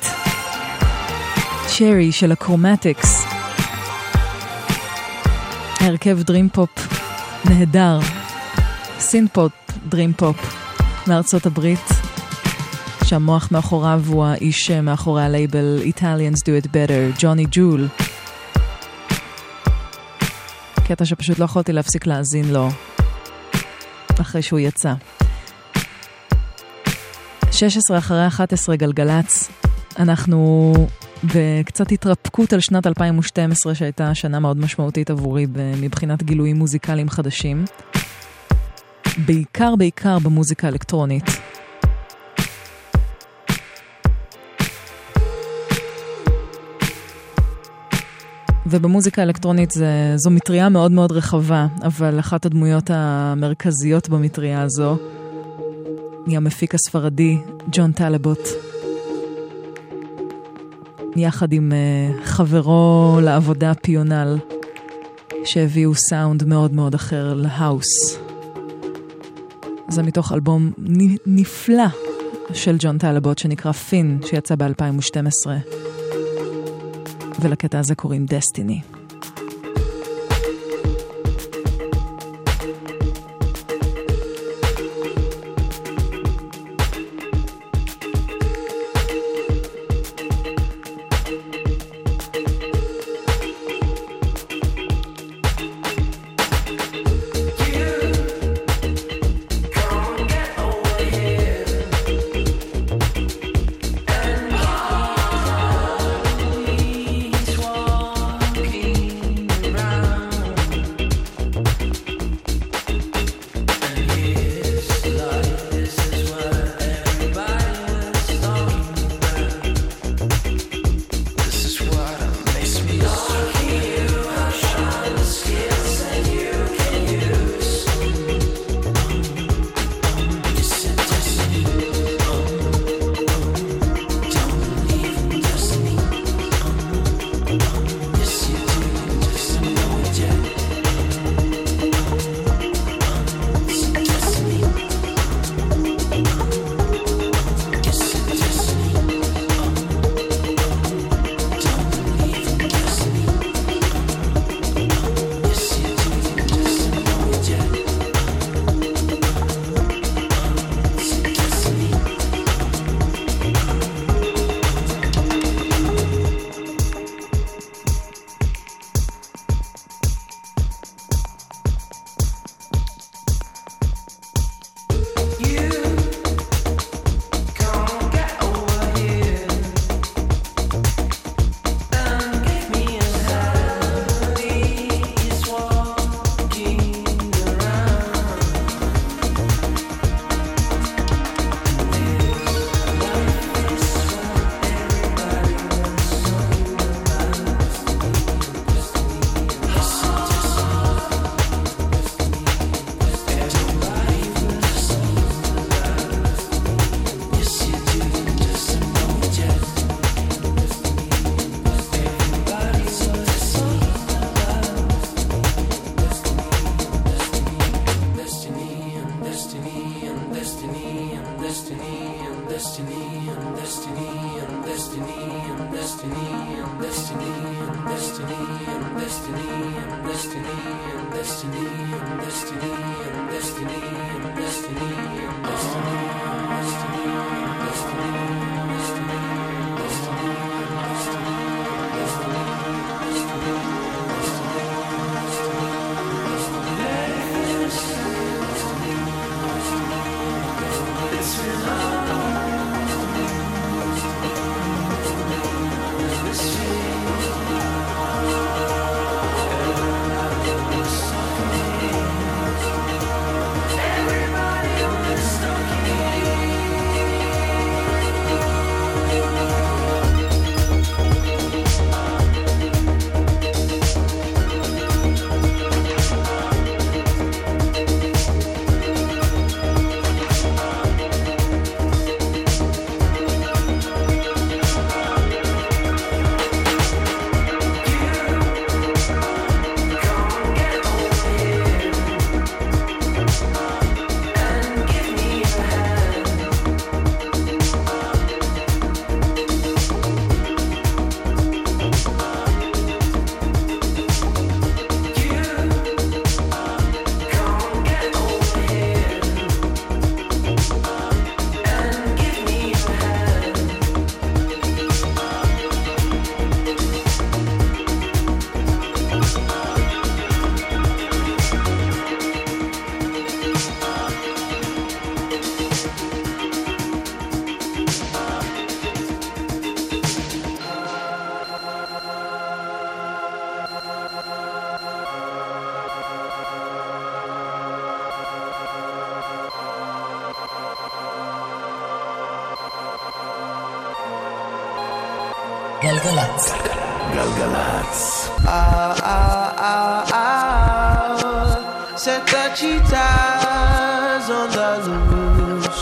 E: צ'רי של הקרומטיקס. הרכב דרים פופ נהדר. סינפופ דרים פופ מארצות הברית. שהמוח מאחוריו הוא האיש מאחורי הלייבל Italians Do It Better, ג'וני ג'ול. קטע שפשוט לא יכולתי להפסיק להאזין לו אחרי שהוא יצא. 16 אחרי 11 גלגלץ. אנחנו בקצת התרפקות על שנת 2012 שהייתה שנה מאוד משמעותית עבורי מבחינת גילויים מוזיקליים חדשים. בעיקר במוזיקה אלקטרונית. ובמוזיקה אלקטרונית זו מטריה מאוד מאוד רחבה, אבל אחת הדמויות המרכזיות במטריה הזו היא המפיק הספרדי ג'ון טלבוט, יחד עם חברו לעבודה פיונל, שהביאו סאונד מאוד מאוד אחר להאוס. זה מתוך אלבום נפלא של ג'ון טלבוט שנקרא פין, שיצא ב-2012. ולקטע הזה קוראים דסטיני.
J: גלגלצ.
B: גלגלצ.
D: Set the cheetahs on the loose.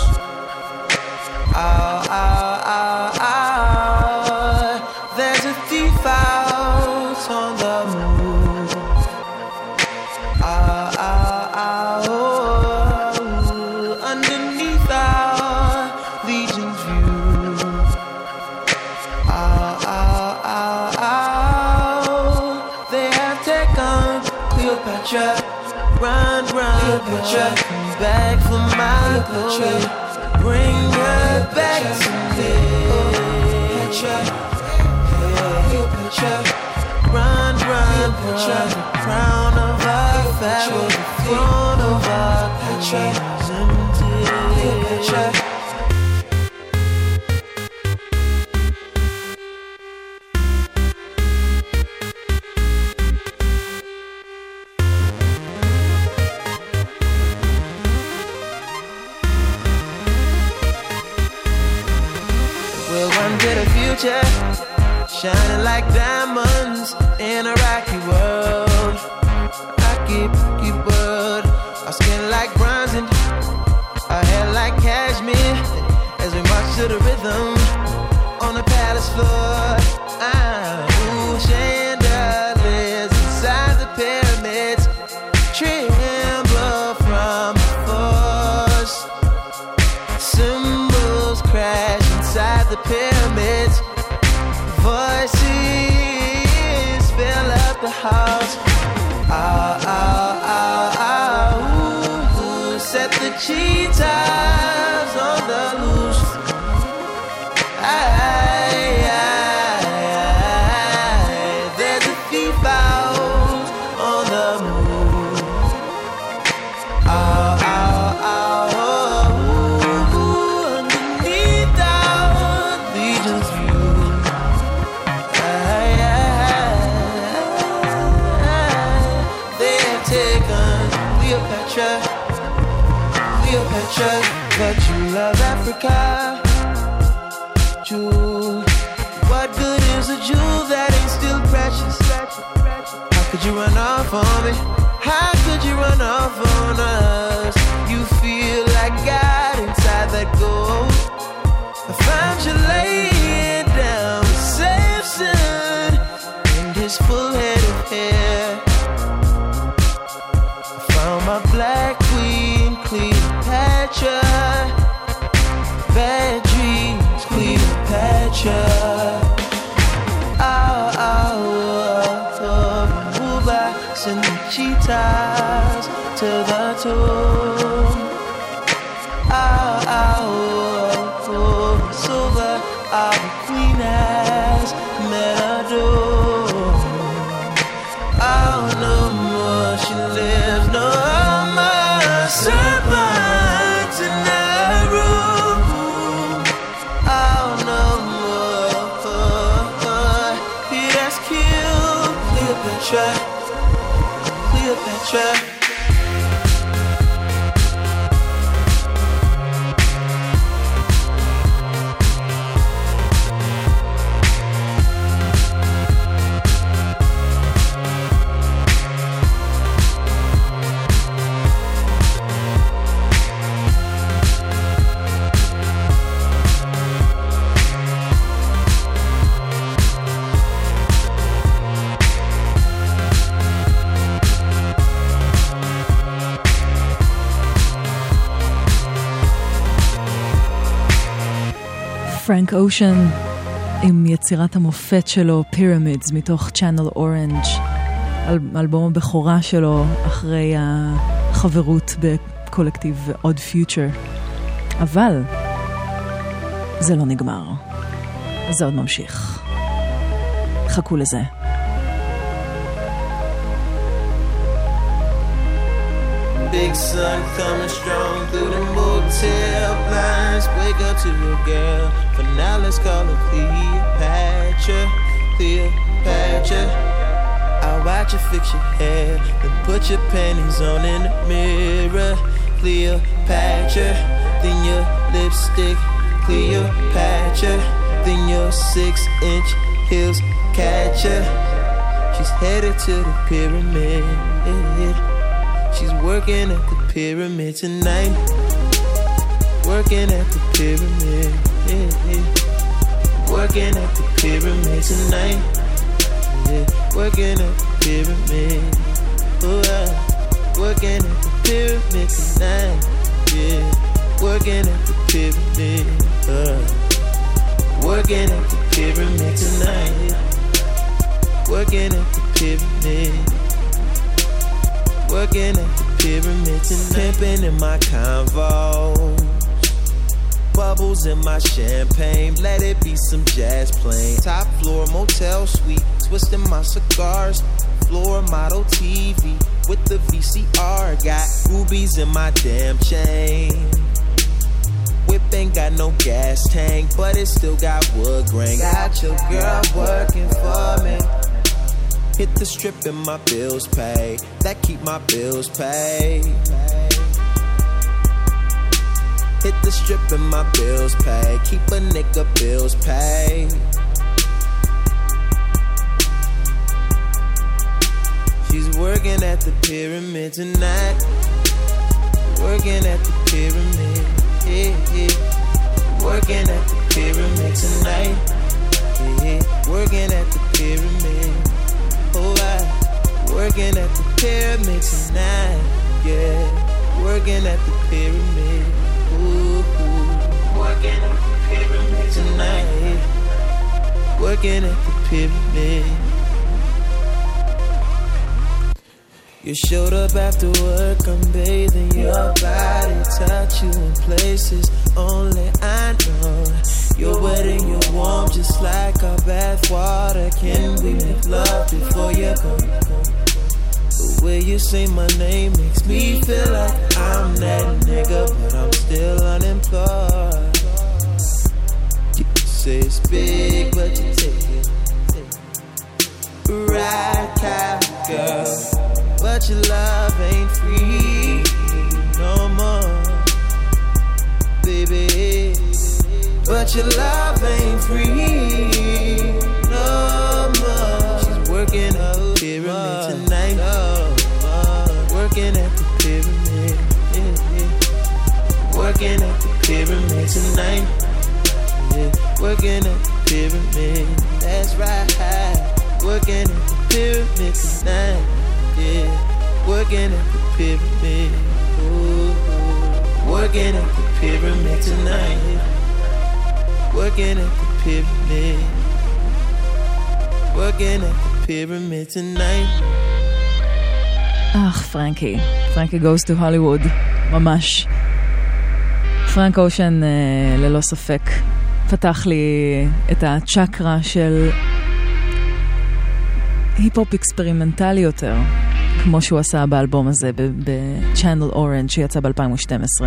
D: There's a thief out on the move. Underneath our legion's view. They have taken Cleopatra. Run, Cleopatra, come back for my glory. Bring her back to me. Cleopatra, run, Cleopatra, the crown of our pharaoh, the throne of our Petra is empty. Cleopatra. Shining like diamonds in a rocky world. Rocky world. Our skin like bronze and our hair like cashmere. As we march to the rhythm on the palace floor. Chandeliers inside the pyramids tremble from the force. Symbols crash inside the pyramids. Voices fill up the house. Set the cheetahs on the loose. There's a thief out on the move. Underneath our legion's view. Cleopatra, but you love Africa. Jewel, what good is a jewel that ain't still precious? How could you run off on me? How could you run off on us? You feel like God inside that gold. I found you laying down with Samson and his full head of hair. I found my black queen, Cleopatra. Bad dreams, Cleopatra. Send the cheetahs to the tomb. Silver, our queen has met a doom. No more she lives, no more serpents in her room. No more, he has killed Cleopatra. Cleopatra.
E: פרנק אושן עם יצירת המופת שלו Pyramids מתוך Channel Orange, אלבום הבכורה שלו אחרי החברות בקולקטיב Odd Future. אבל זה לא נגמר, זה עוד ממשיך, חכו לזה.
D: Big sun coming strong through the motel blinds. Wake up to your girl, but now let's call her Cleopatra. Cleopatra. I'll watch you fix your hair, then put your panties on in the mirror. Cleopatra. Then your lipstick. Cleopatra. Then your 6-inch
O: heels catch her. She's headed to the pyramid. She's working at the pyramid tonight. Working at the pyramid. Working at the pyramid tonight. Working at the pyramid. Working at the pyramid tonight. Working at the pyramid. Working at the pyramid tonight. Working at the pyramid. Working at the pyramid tonight. Pimping in my Convo. Bubbles in my champagne. Let it be some jazz playing. Top floor motel suite. Twisting my cigars. Floor model TV with the VCR. Got rubies in my damn chain. Whip ain't got no gas tank, but it still got wood grain. Got your girl working for me. Hit the strip and my bills pay. That keep my bills paid. Hit the strip and my bills pay. Keep a nigga bills paid. She's working at the pyramid tonight. Working at the pyramid. Working at the pyramid tonight. Working at the pyramid. Working at the pyramid tonight. Working at the pyramid. Working at the pyramid tonight. Working at the pyramid. You showed up after work, I'm bathing your body, touch you in places only I know. You're wet and you're warm, just like our bath water. Can we make love before you go? The way you say my name makes me feel like I'm that nigga, but I'm still unemployed. You say it's big, but you take it. Right, girl. But your love ain't free no more, baby. But your love ain't free no more. She's working at the pyramid tonight. Working at the pyramid. Working at the pyramid tonight. Working at the pyramid. That's right. Working at the pyramid tonight. Working at the pyramid. Working at the pyramid tonight. Working at the pyramid. Working at the pyramid tonight.
E: פרנקי. פרנקי goes to Hollywood. ממש. פרנק אושן ללא ספק פתח לי את הצ'קרה של היפ-הופ אקספרימנטלי יותר, כמו שהוא עשה באלבום הזה, ב-Channel Orange, שיצא ב-2012.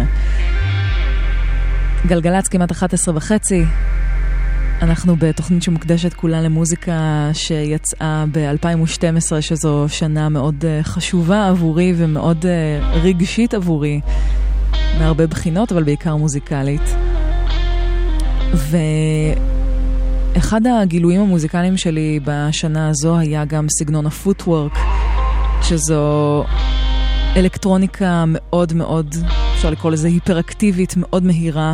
E: גלגלץ כמעט 11:30. אנחנו בתוכנית שמוקדשת כולה למוזיקה שיצאה ב-2012, שזו שנה מאוד חשובה עבורי ומאוד רגשית עבורי, מהרבה בחינות, אבל בעיקר מוזיקלית. אחד הגילויים המוזיקליים שלי בשנה הזו היה גם סגנון הפוטוורק, שזו אלקטרוניקה מאוד מאוד, אפשר לקרוא לזה היפראקטיבית, מאוד מהירה,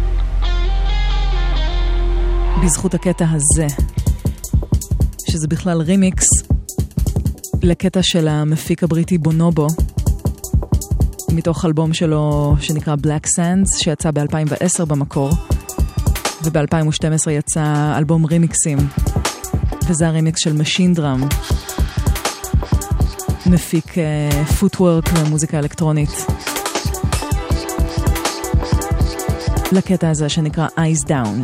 E: בזכות הקטע הזה, שזה בכלל רימיקס לקטע של המפיק הבריטי בונובו, מתוך אלבום שלו שנקרא Black Sands, שיצא ב-2010 במקור, וב-2012 יצא אלבום רימיקסים, וזה הרימיקס של Machine Drum, מפיק פוטוורק ומוזיקה אלקטרונית, לקטע הזה שנקרא Eyes Down.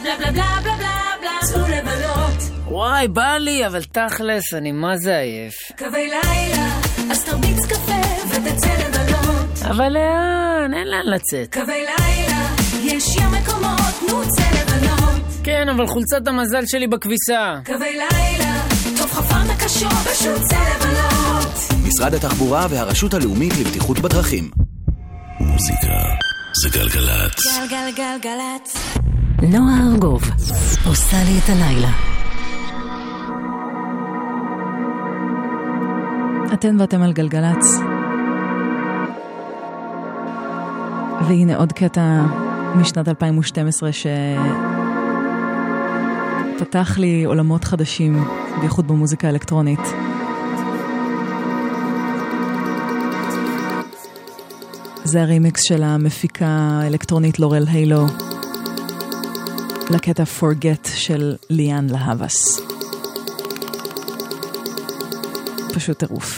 P: בלה בלה בלה בלה בלה בלה, צאו לבלות.
Q: וואי, בא לי, אבל תכלס, אני מה זה עייף.
P: קווי לילה, אז תרביץ קפה ותצא לבלות.
Q: אבל לאן? אין לאן לצאת.
P: קווי לילה, יש ים מקומות, נו צא לבלות.
Q: כן, אבל חולצת המזל שלי בכביסה.
P: קווי לילה, טוב חפרת הקשור, פשוט צא לבלות.
N: משרד התחבורה והרשות הלאומית לבטיחות בדרכים.
B: מוזיקה זה גלגלצ.
I: גלגלגלגלצ.
C: נועה ארגוב עושה לי את הלילה.
E: אתן ואתם על גלגלצ. והנה עוד קטע משנת 2012 שפתח לי עולמות חדשים, בייחוד במוזיקה האלקטרונית. זה הרימיקס של המפיקה האלקטרונית לורל הילו לקטע Forget של ליאן להבס. פשוט טירוף.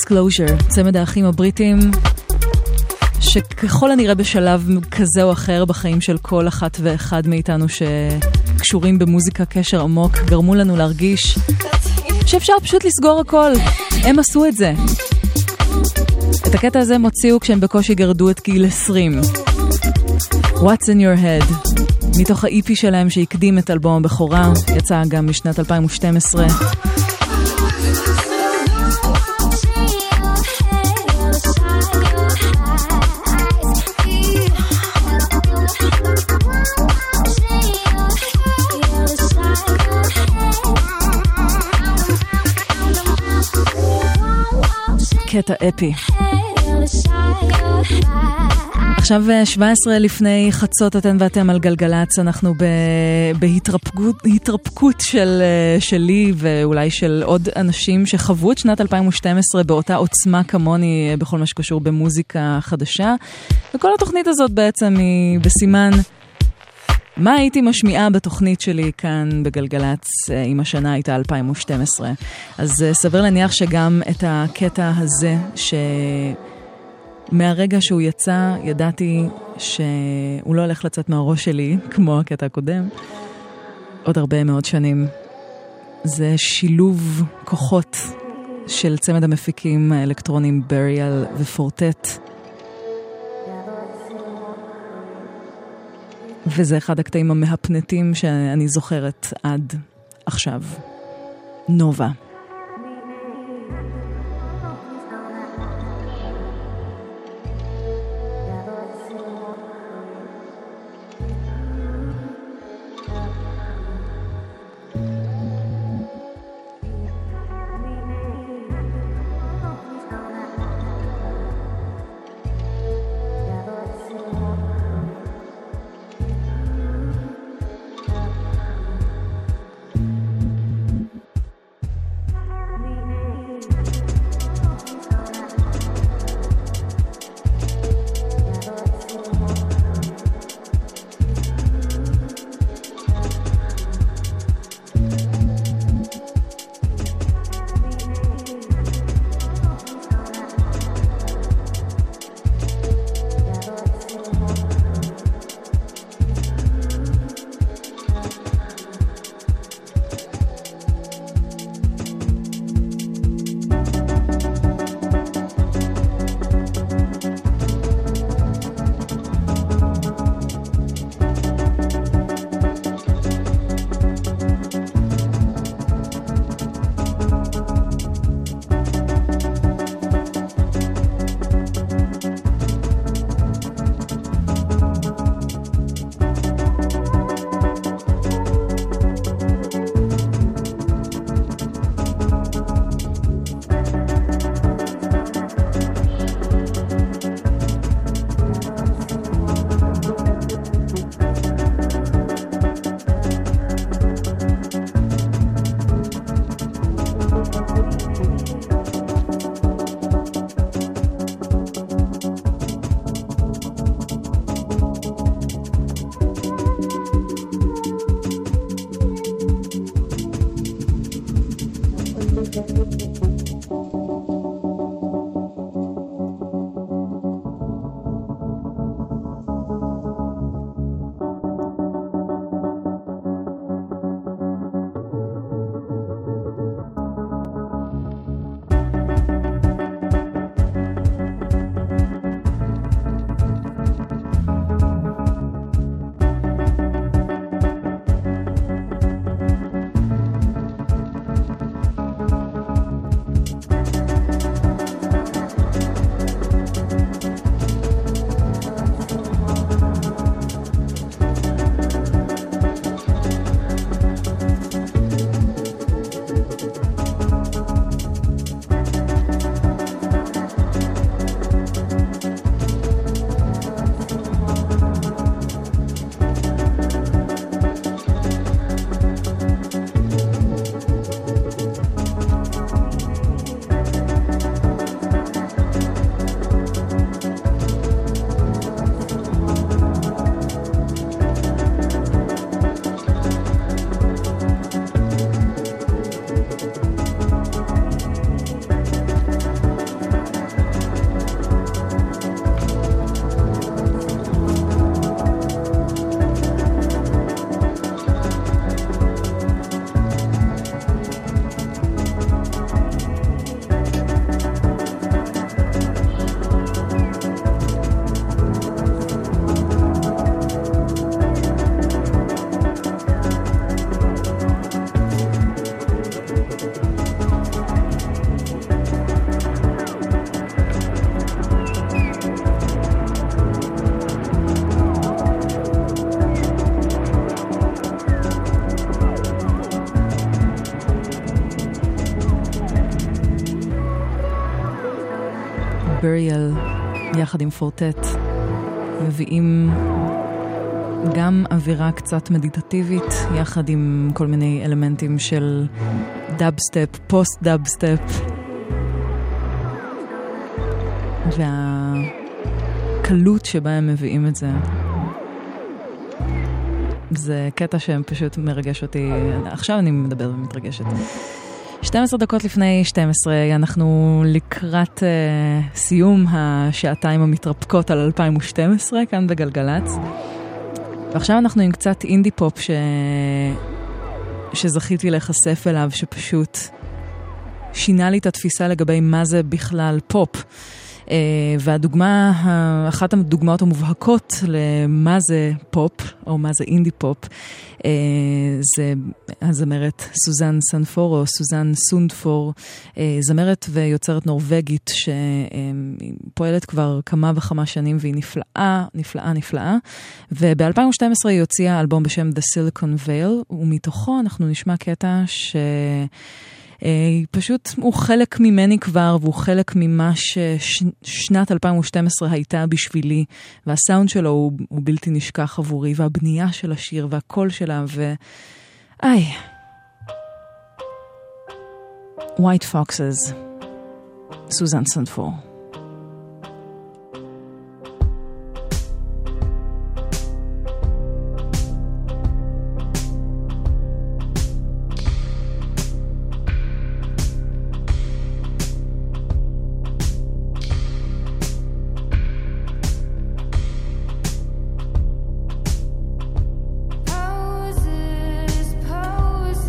E: Disclosure, צמד האחים הבריטים, שככל הנראה בשלב כזה או אחר בחיים של כל אחת ואחד מאיתנו שקשורים במוזיקה קשר עמוק, גרמו לנו להרגיש שאפשר פשוט לסגור הכל. הם עשו את זה. את הקטע הזה מוציאו כשהם בקושי גרדו את גיל 20. What's in your head? מתוך ה-EP שלהם שהקדים את אלבום הבכורה, יצא גם משנת 2012. קטע אפי. עכשיו 17 לפני חצות אתן ואתם על גלגלץ, אנחנו בהתרפקות שלי ואולי של עוד אנשים שחוו את שנת 2012 באותה עוצמה כמוני בכל מה שקשור במוזיקה חדשה, וכל התוכנית הזאת בעצם היא בסימן מה הייתי משמיעה בתוכנית שלי כאן בגלגלץ אם השנה הייתה 2012. אז סביר להניח שגם את הקטע הזה מהרגע שהוא יצא ידעתי שהוא לא הולך לצאת מהראש שלי כמו הקטע הקודם עוד הרבה מאוד שנים. זה שילוב כוחות של צמד המפיקים האלקטרונים בריאל ופורטט, וזה אחד הקטעים המהפנטים שאני זוכרת עד עכשיו. נובה. בריאל יחד עם פורטט מביאים גם אווירה קצת מדיטטיבית יחד עם כל מיני אלמנטים של דאבסטפ, פוסט דאבסטפ, והקלות שבה הם מביאים את זה. זה קטע שהם פשוט מרגש אותי. עכשיו אני מדבר ומתרגשת. 12 דקות לפני 12, אנחנו לקראת סיום השעתיים המתרפקות על 2012 כאן בגלגלץ. ועכשיו אנחנו עם קצת אינדי פופ שזכיתי להיחשף אליו, שפשוט שינה לי את התפיסה לגבי מה זה בכלל פופ. והדוגמה, אחת הדוגמאות המובהקות למה זה פופ, או מה זה אינדי פופ, זה הזמרת סוזן סנפורו, סוזן סונדפור, זמרת ויוצרת נורווגית שפועלת כבר כמה וכמה שנים, והיא נפלאה, נפלאה, נפלאה. וב-2012 היא הוציאה אלבום בשם The Silicon Veil, ומתוכו אנחנו נשמע קטע פשוט הוא חלק ממני כבר, והוא חלק ממה ששנת 2012 הייתה בשבילי, והסאונד שלו הוא בלתי נשכח עבורי, והבנייה של השיר והקול שלה, White Foxes, סוזן סנפור.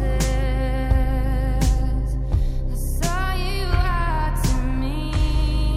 H: Saw you out to me.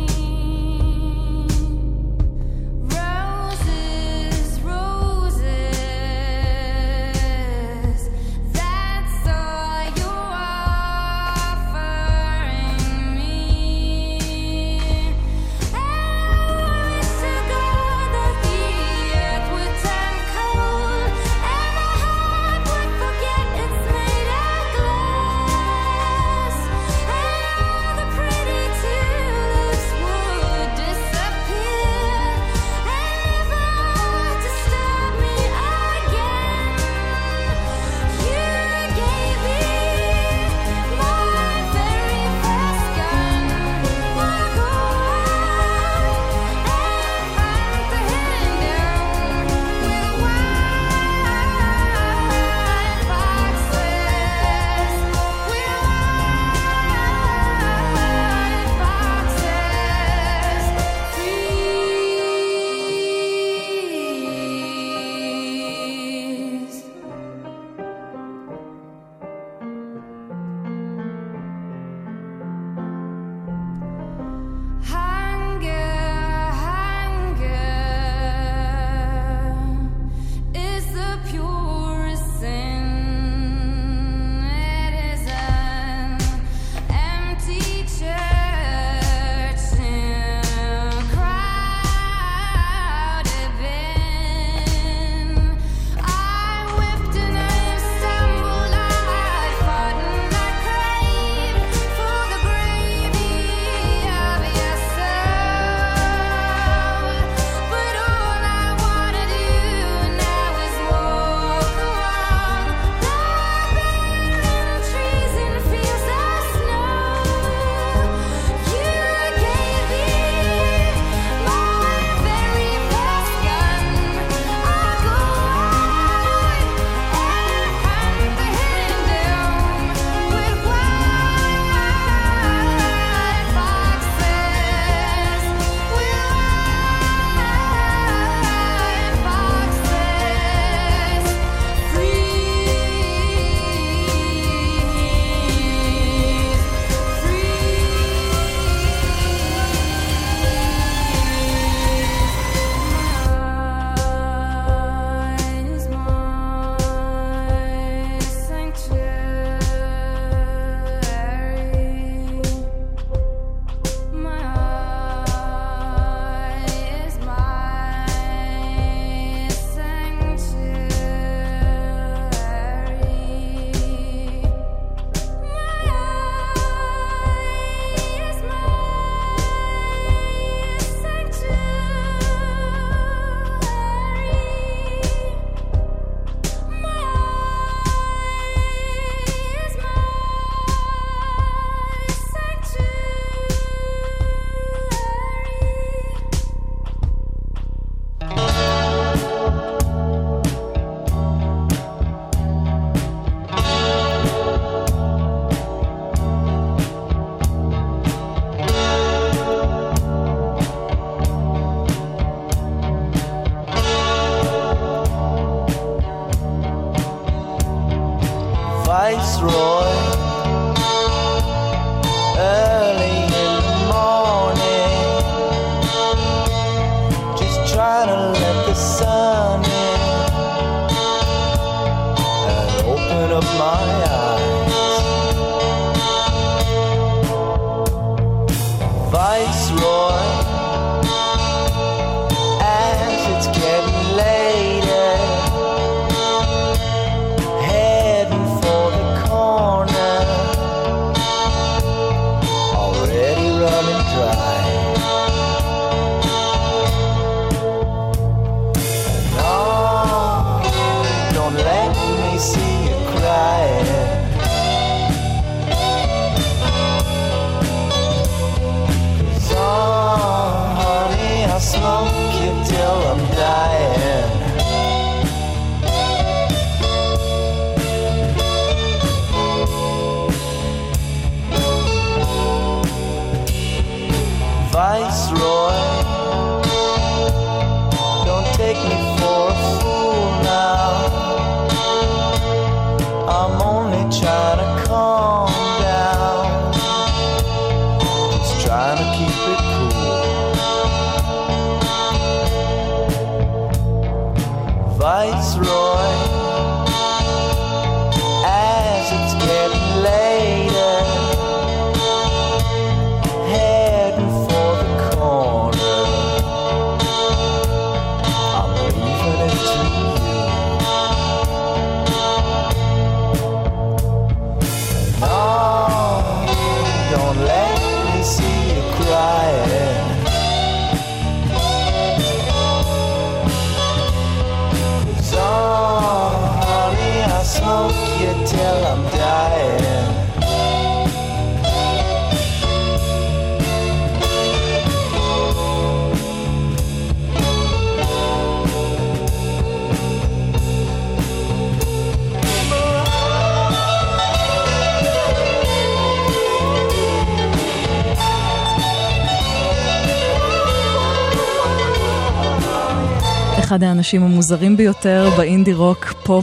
E: אחד האנשים המוזרים ביותר באינדי רוק פופ,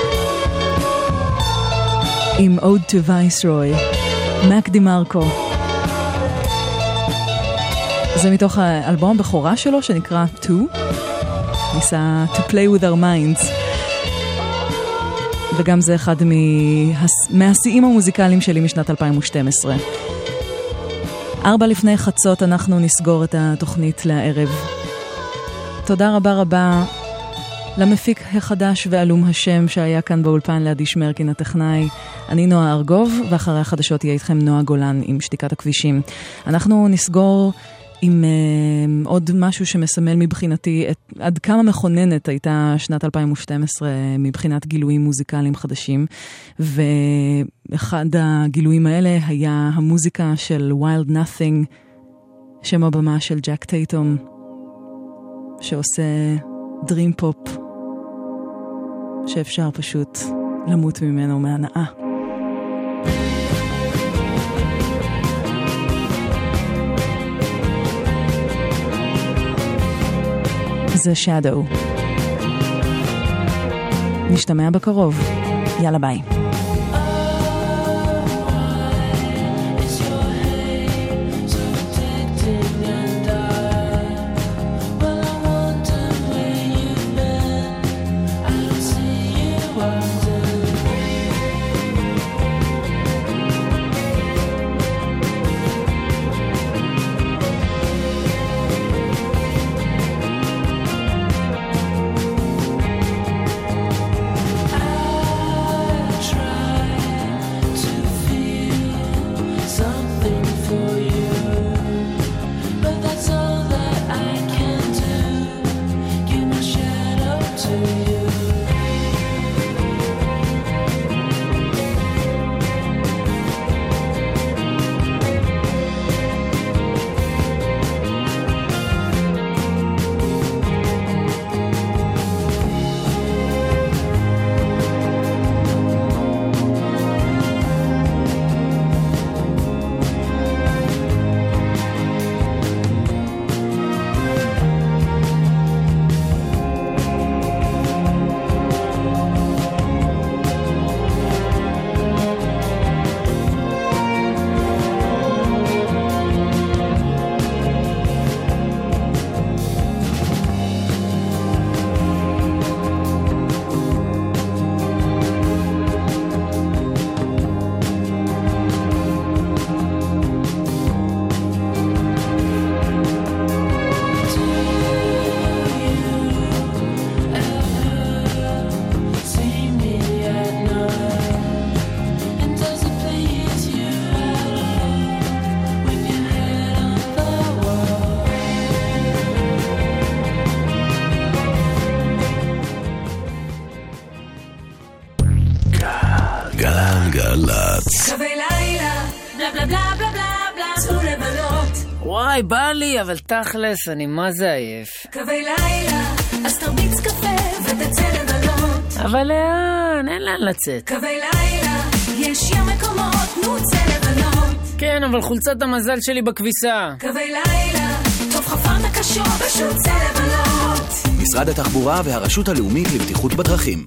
E: עם Ode to Viceroy, מק דימרקו. זה מתוך האלבום הבכורה שלו שנקרא To, ניסה To Play With Our Minds, וגם זה אחד מהשיאים המוזיקליים שלי משנת 2012. 4:45 אנחנו נסגור את התוכנית לערב. תודה רבה רבה למפיק החדש ועלום השם שהיה כאן באולפן לידי שמרקין הטכנאי. אני נועה ארגוב, ואחרי החדשות יהיה איתכם נועה גולן עם שתיקת הכבישים. אנחנו נסגור עם עוד משהו שמסמל מבחינתי עד כמה מכוננת הייתה שנת 2012 מבחינת גילויים מוזיקליים חדשים, ואחד הגילויים האלה היה המוזיקה של Wild Nothing, שם הבמה של ג'ק טייטום, שעושה דרים פופ שאפשר פשוט למות ממנו מהנאה. זה Shadow. נשתמע בקרוב. יאללה ביי.
B: גלגלצ.
P: קווי לילה, בלה בלה בלה בלה בלה בלה, צאו לבלות.
Q: וואי, בא לי, אבל תכלס, אני מה זה עייף.
P: קווי לילה, אז תרביץ קפה ותצא לבלות.
Q: אבל לאן? אין לאן לצאת.
P: קווי לילה, יש ים מקומות, נו צא לבלות.
Q: כן, אבל חולצת המזל שלי בכביסה.
P: קווי לילה, טוב חפן הקשור, פשוט צא לבלות.
N: משרד התחבורה והרשות הלאומית לבטיחות בדרכים.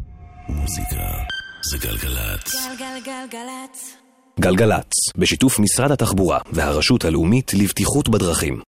B: מוזיקה זה גלגלצ.
P: גלגלגלגלצ.
N: גלגלצ, בשיתוף משרד התחבורה והרשות הלאומית לבטיחות בדרכים.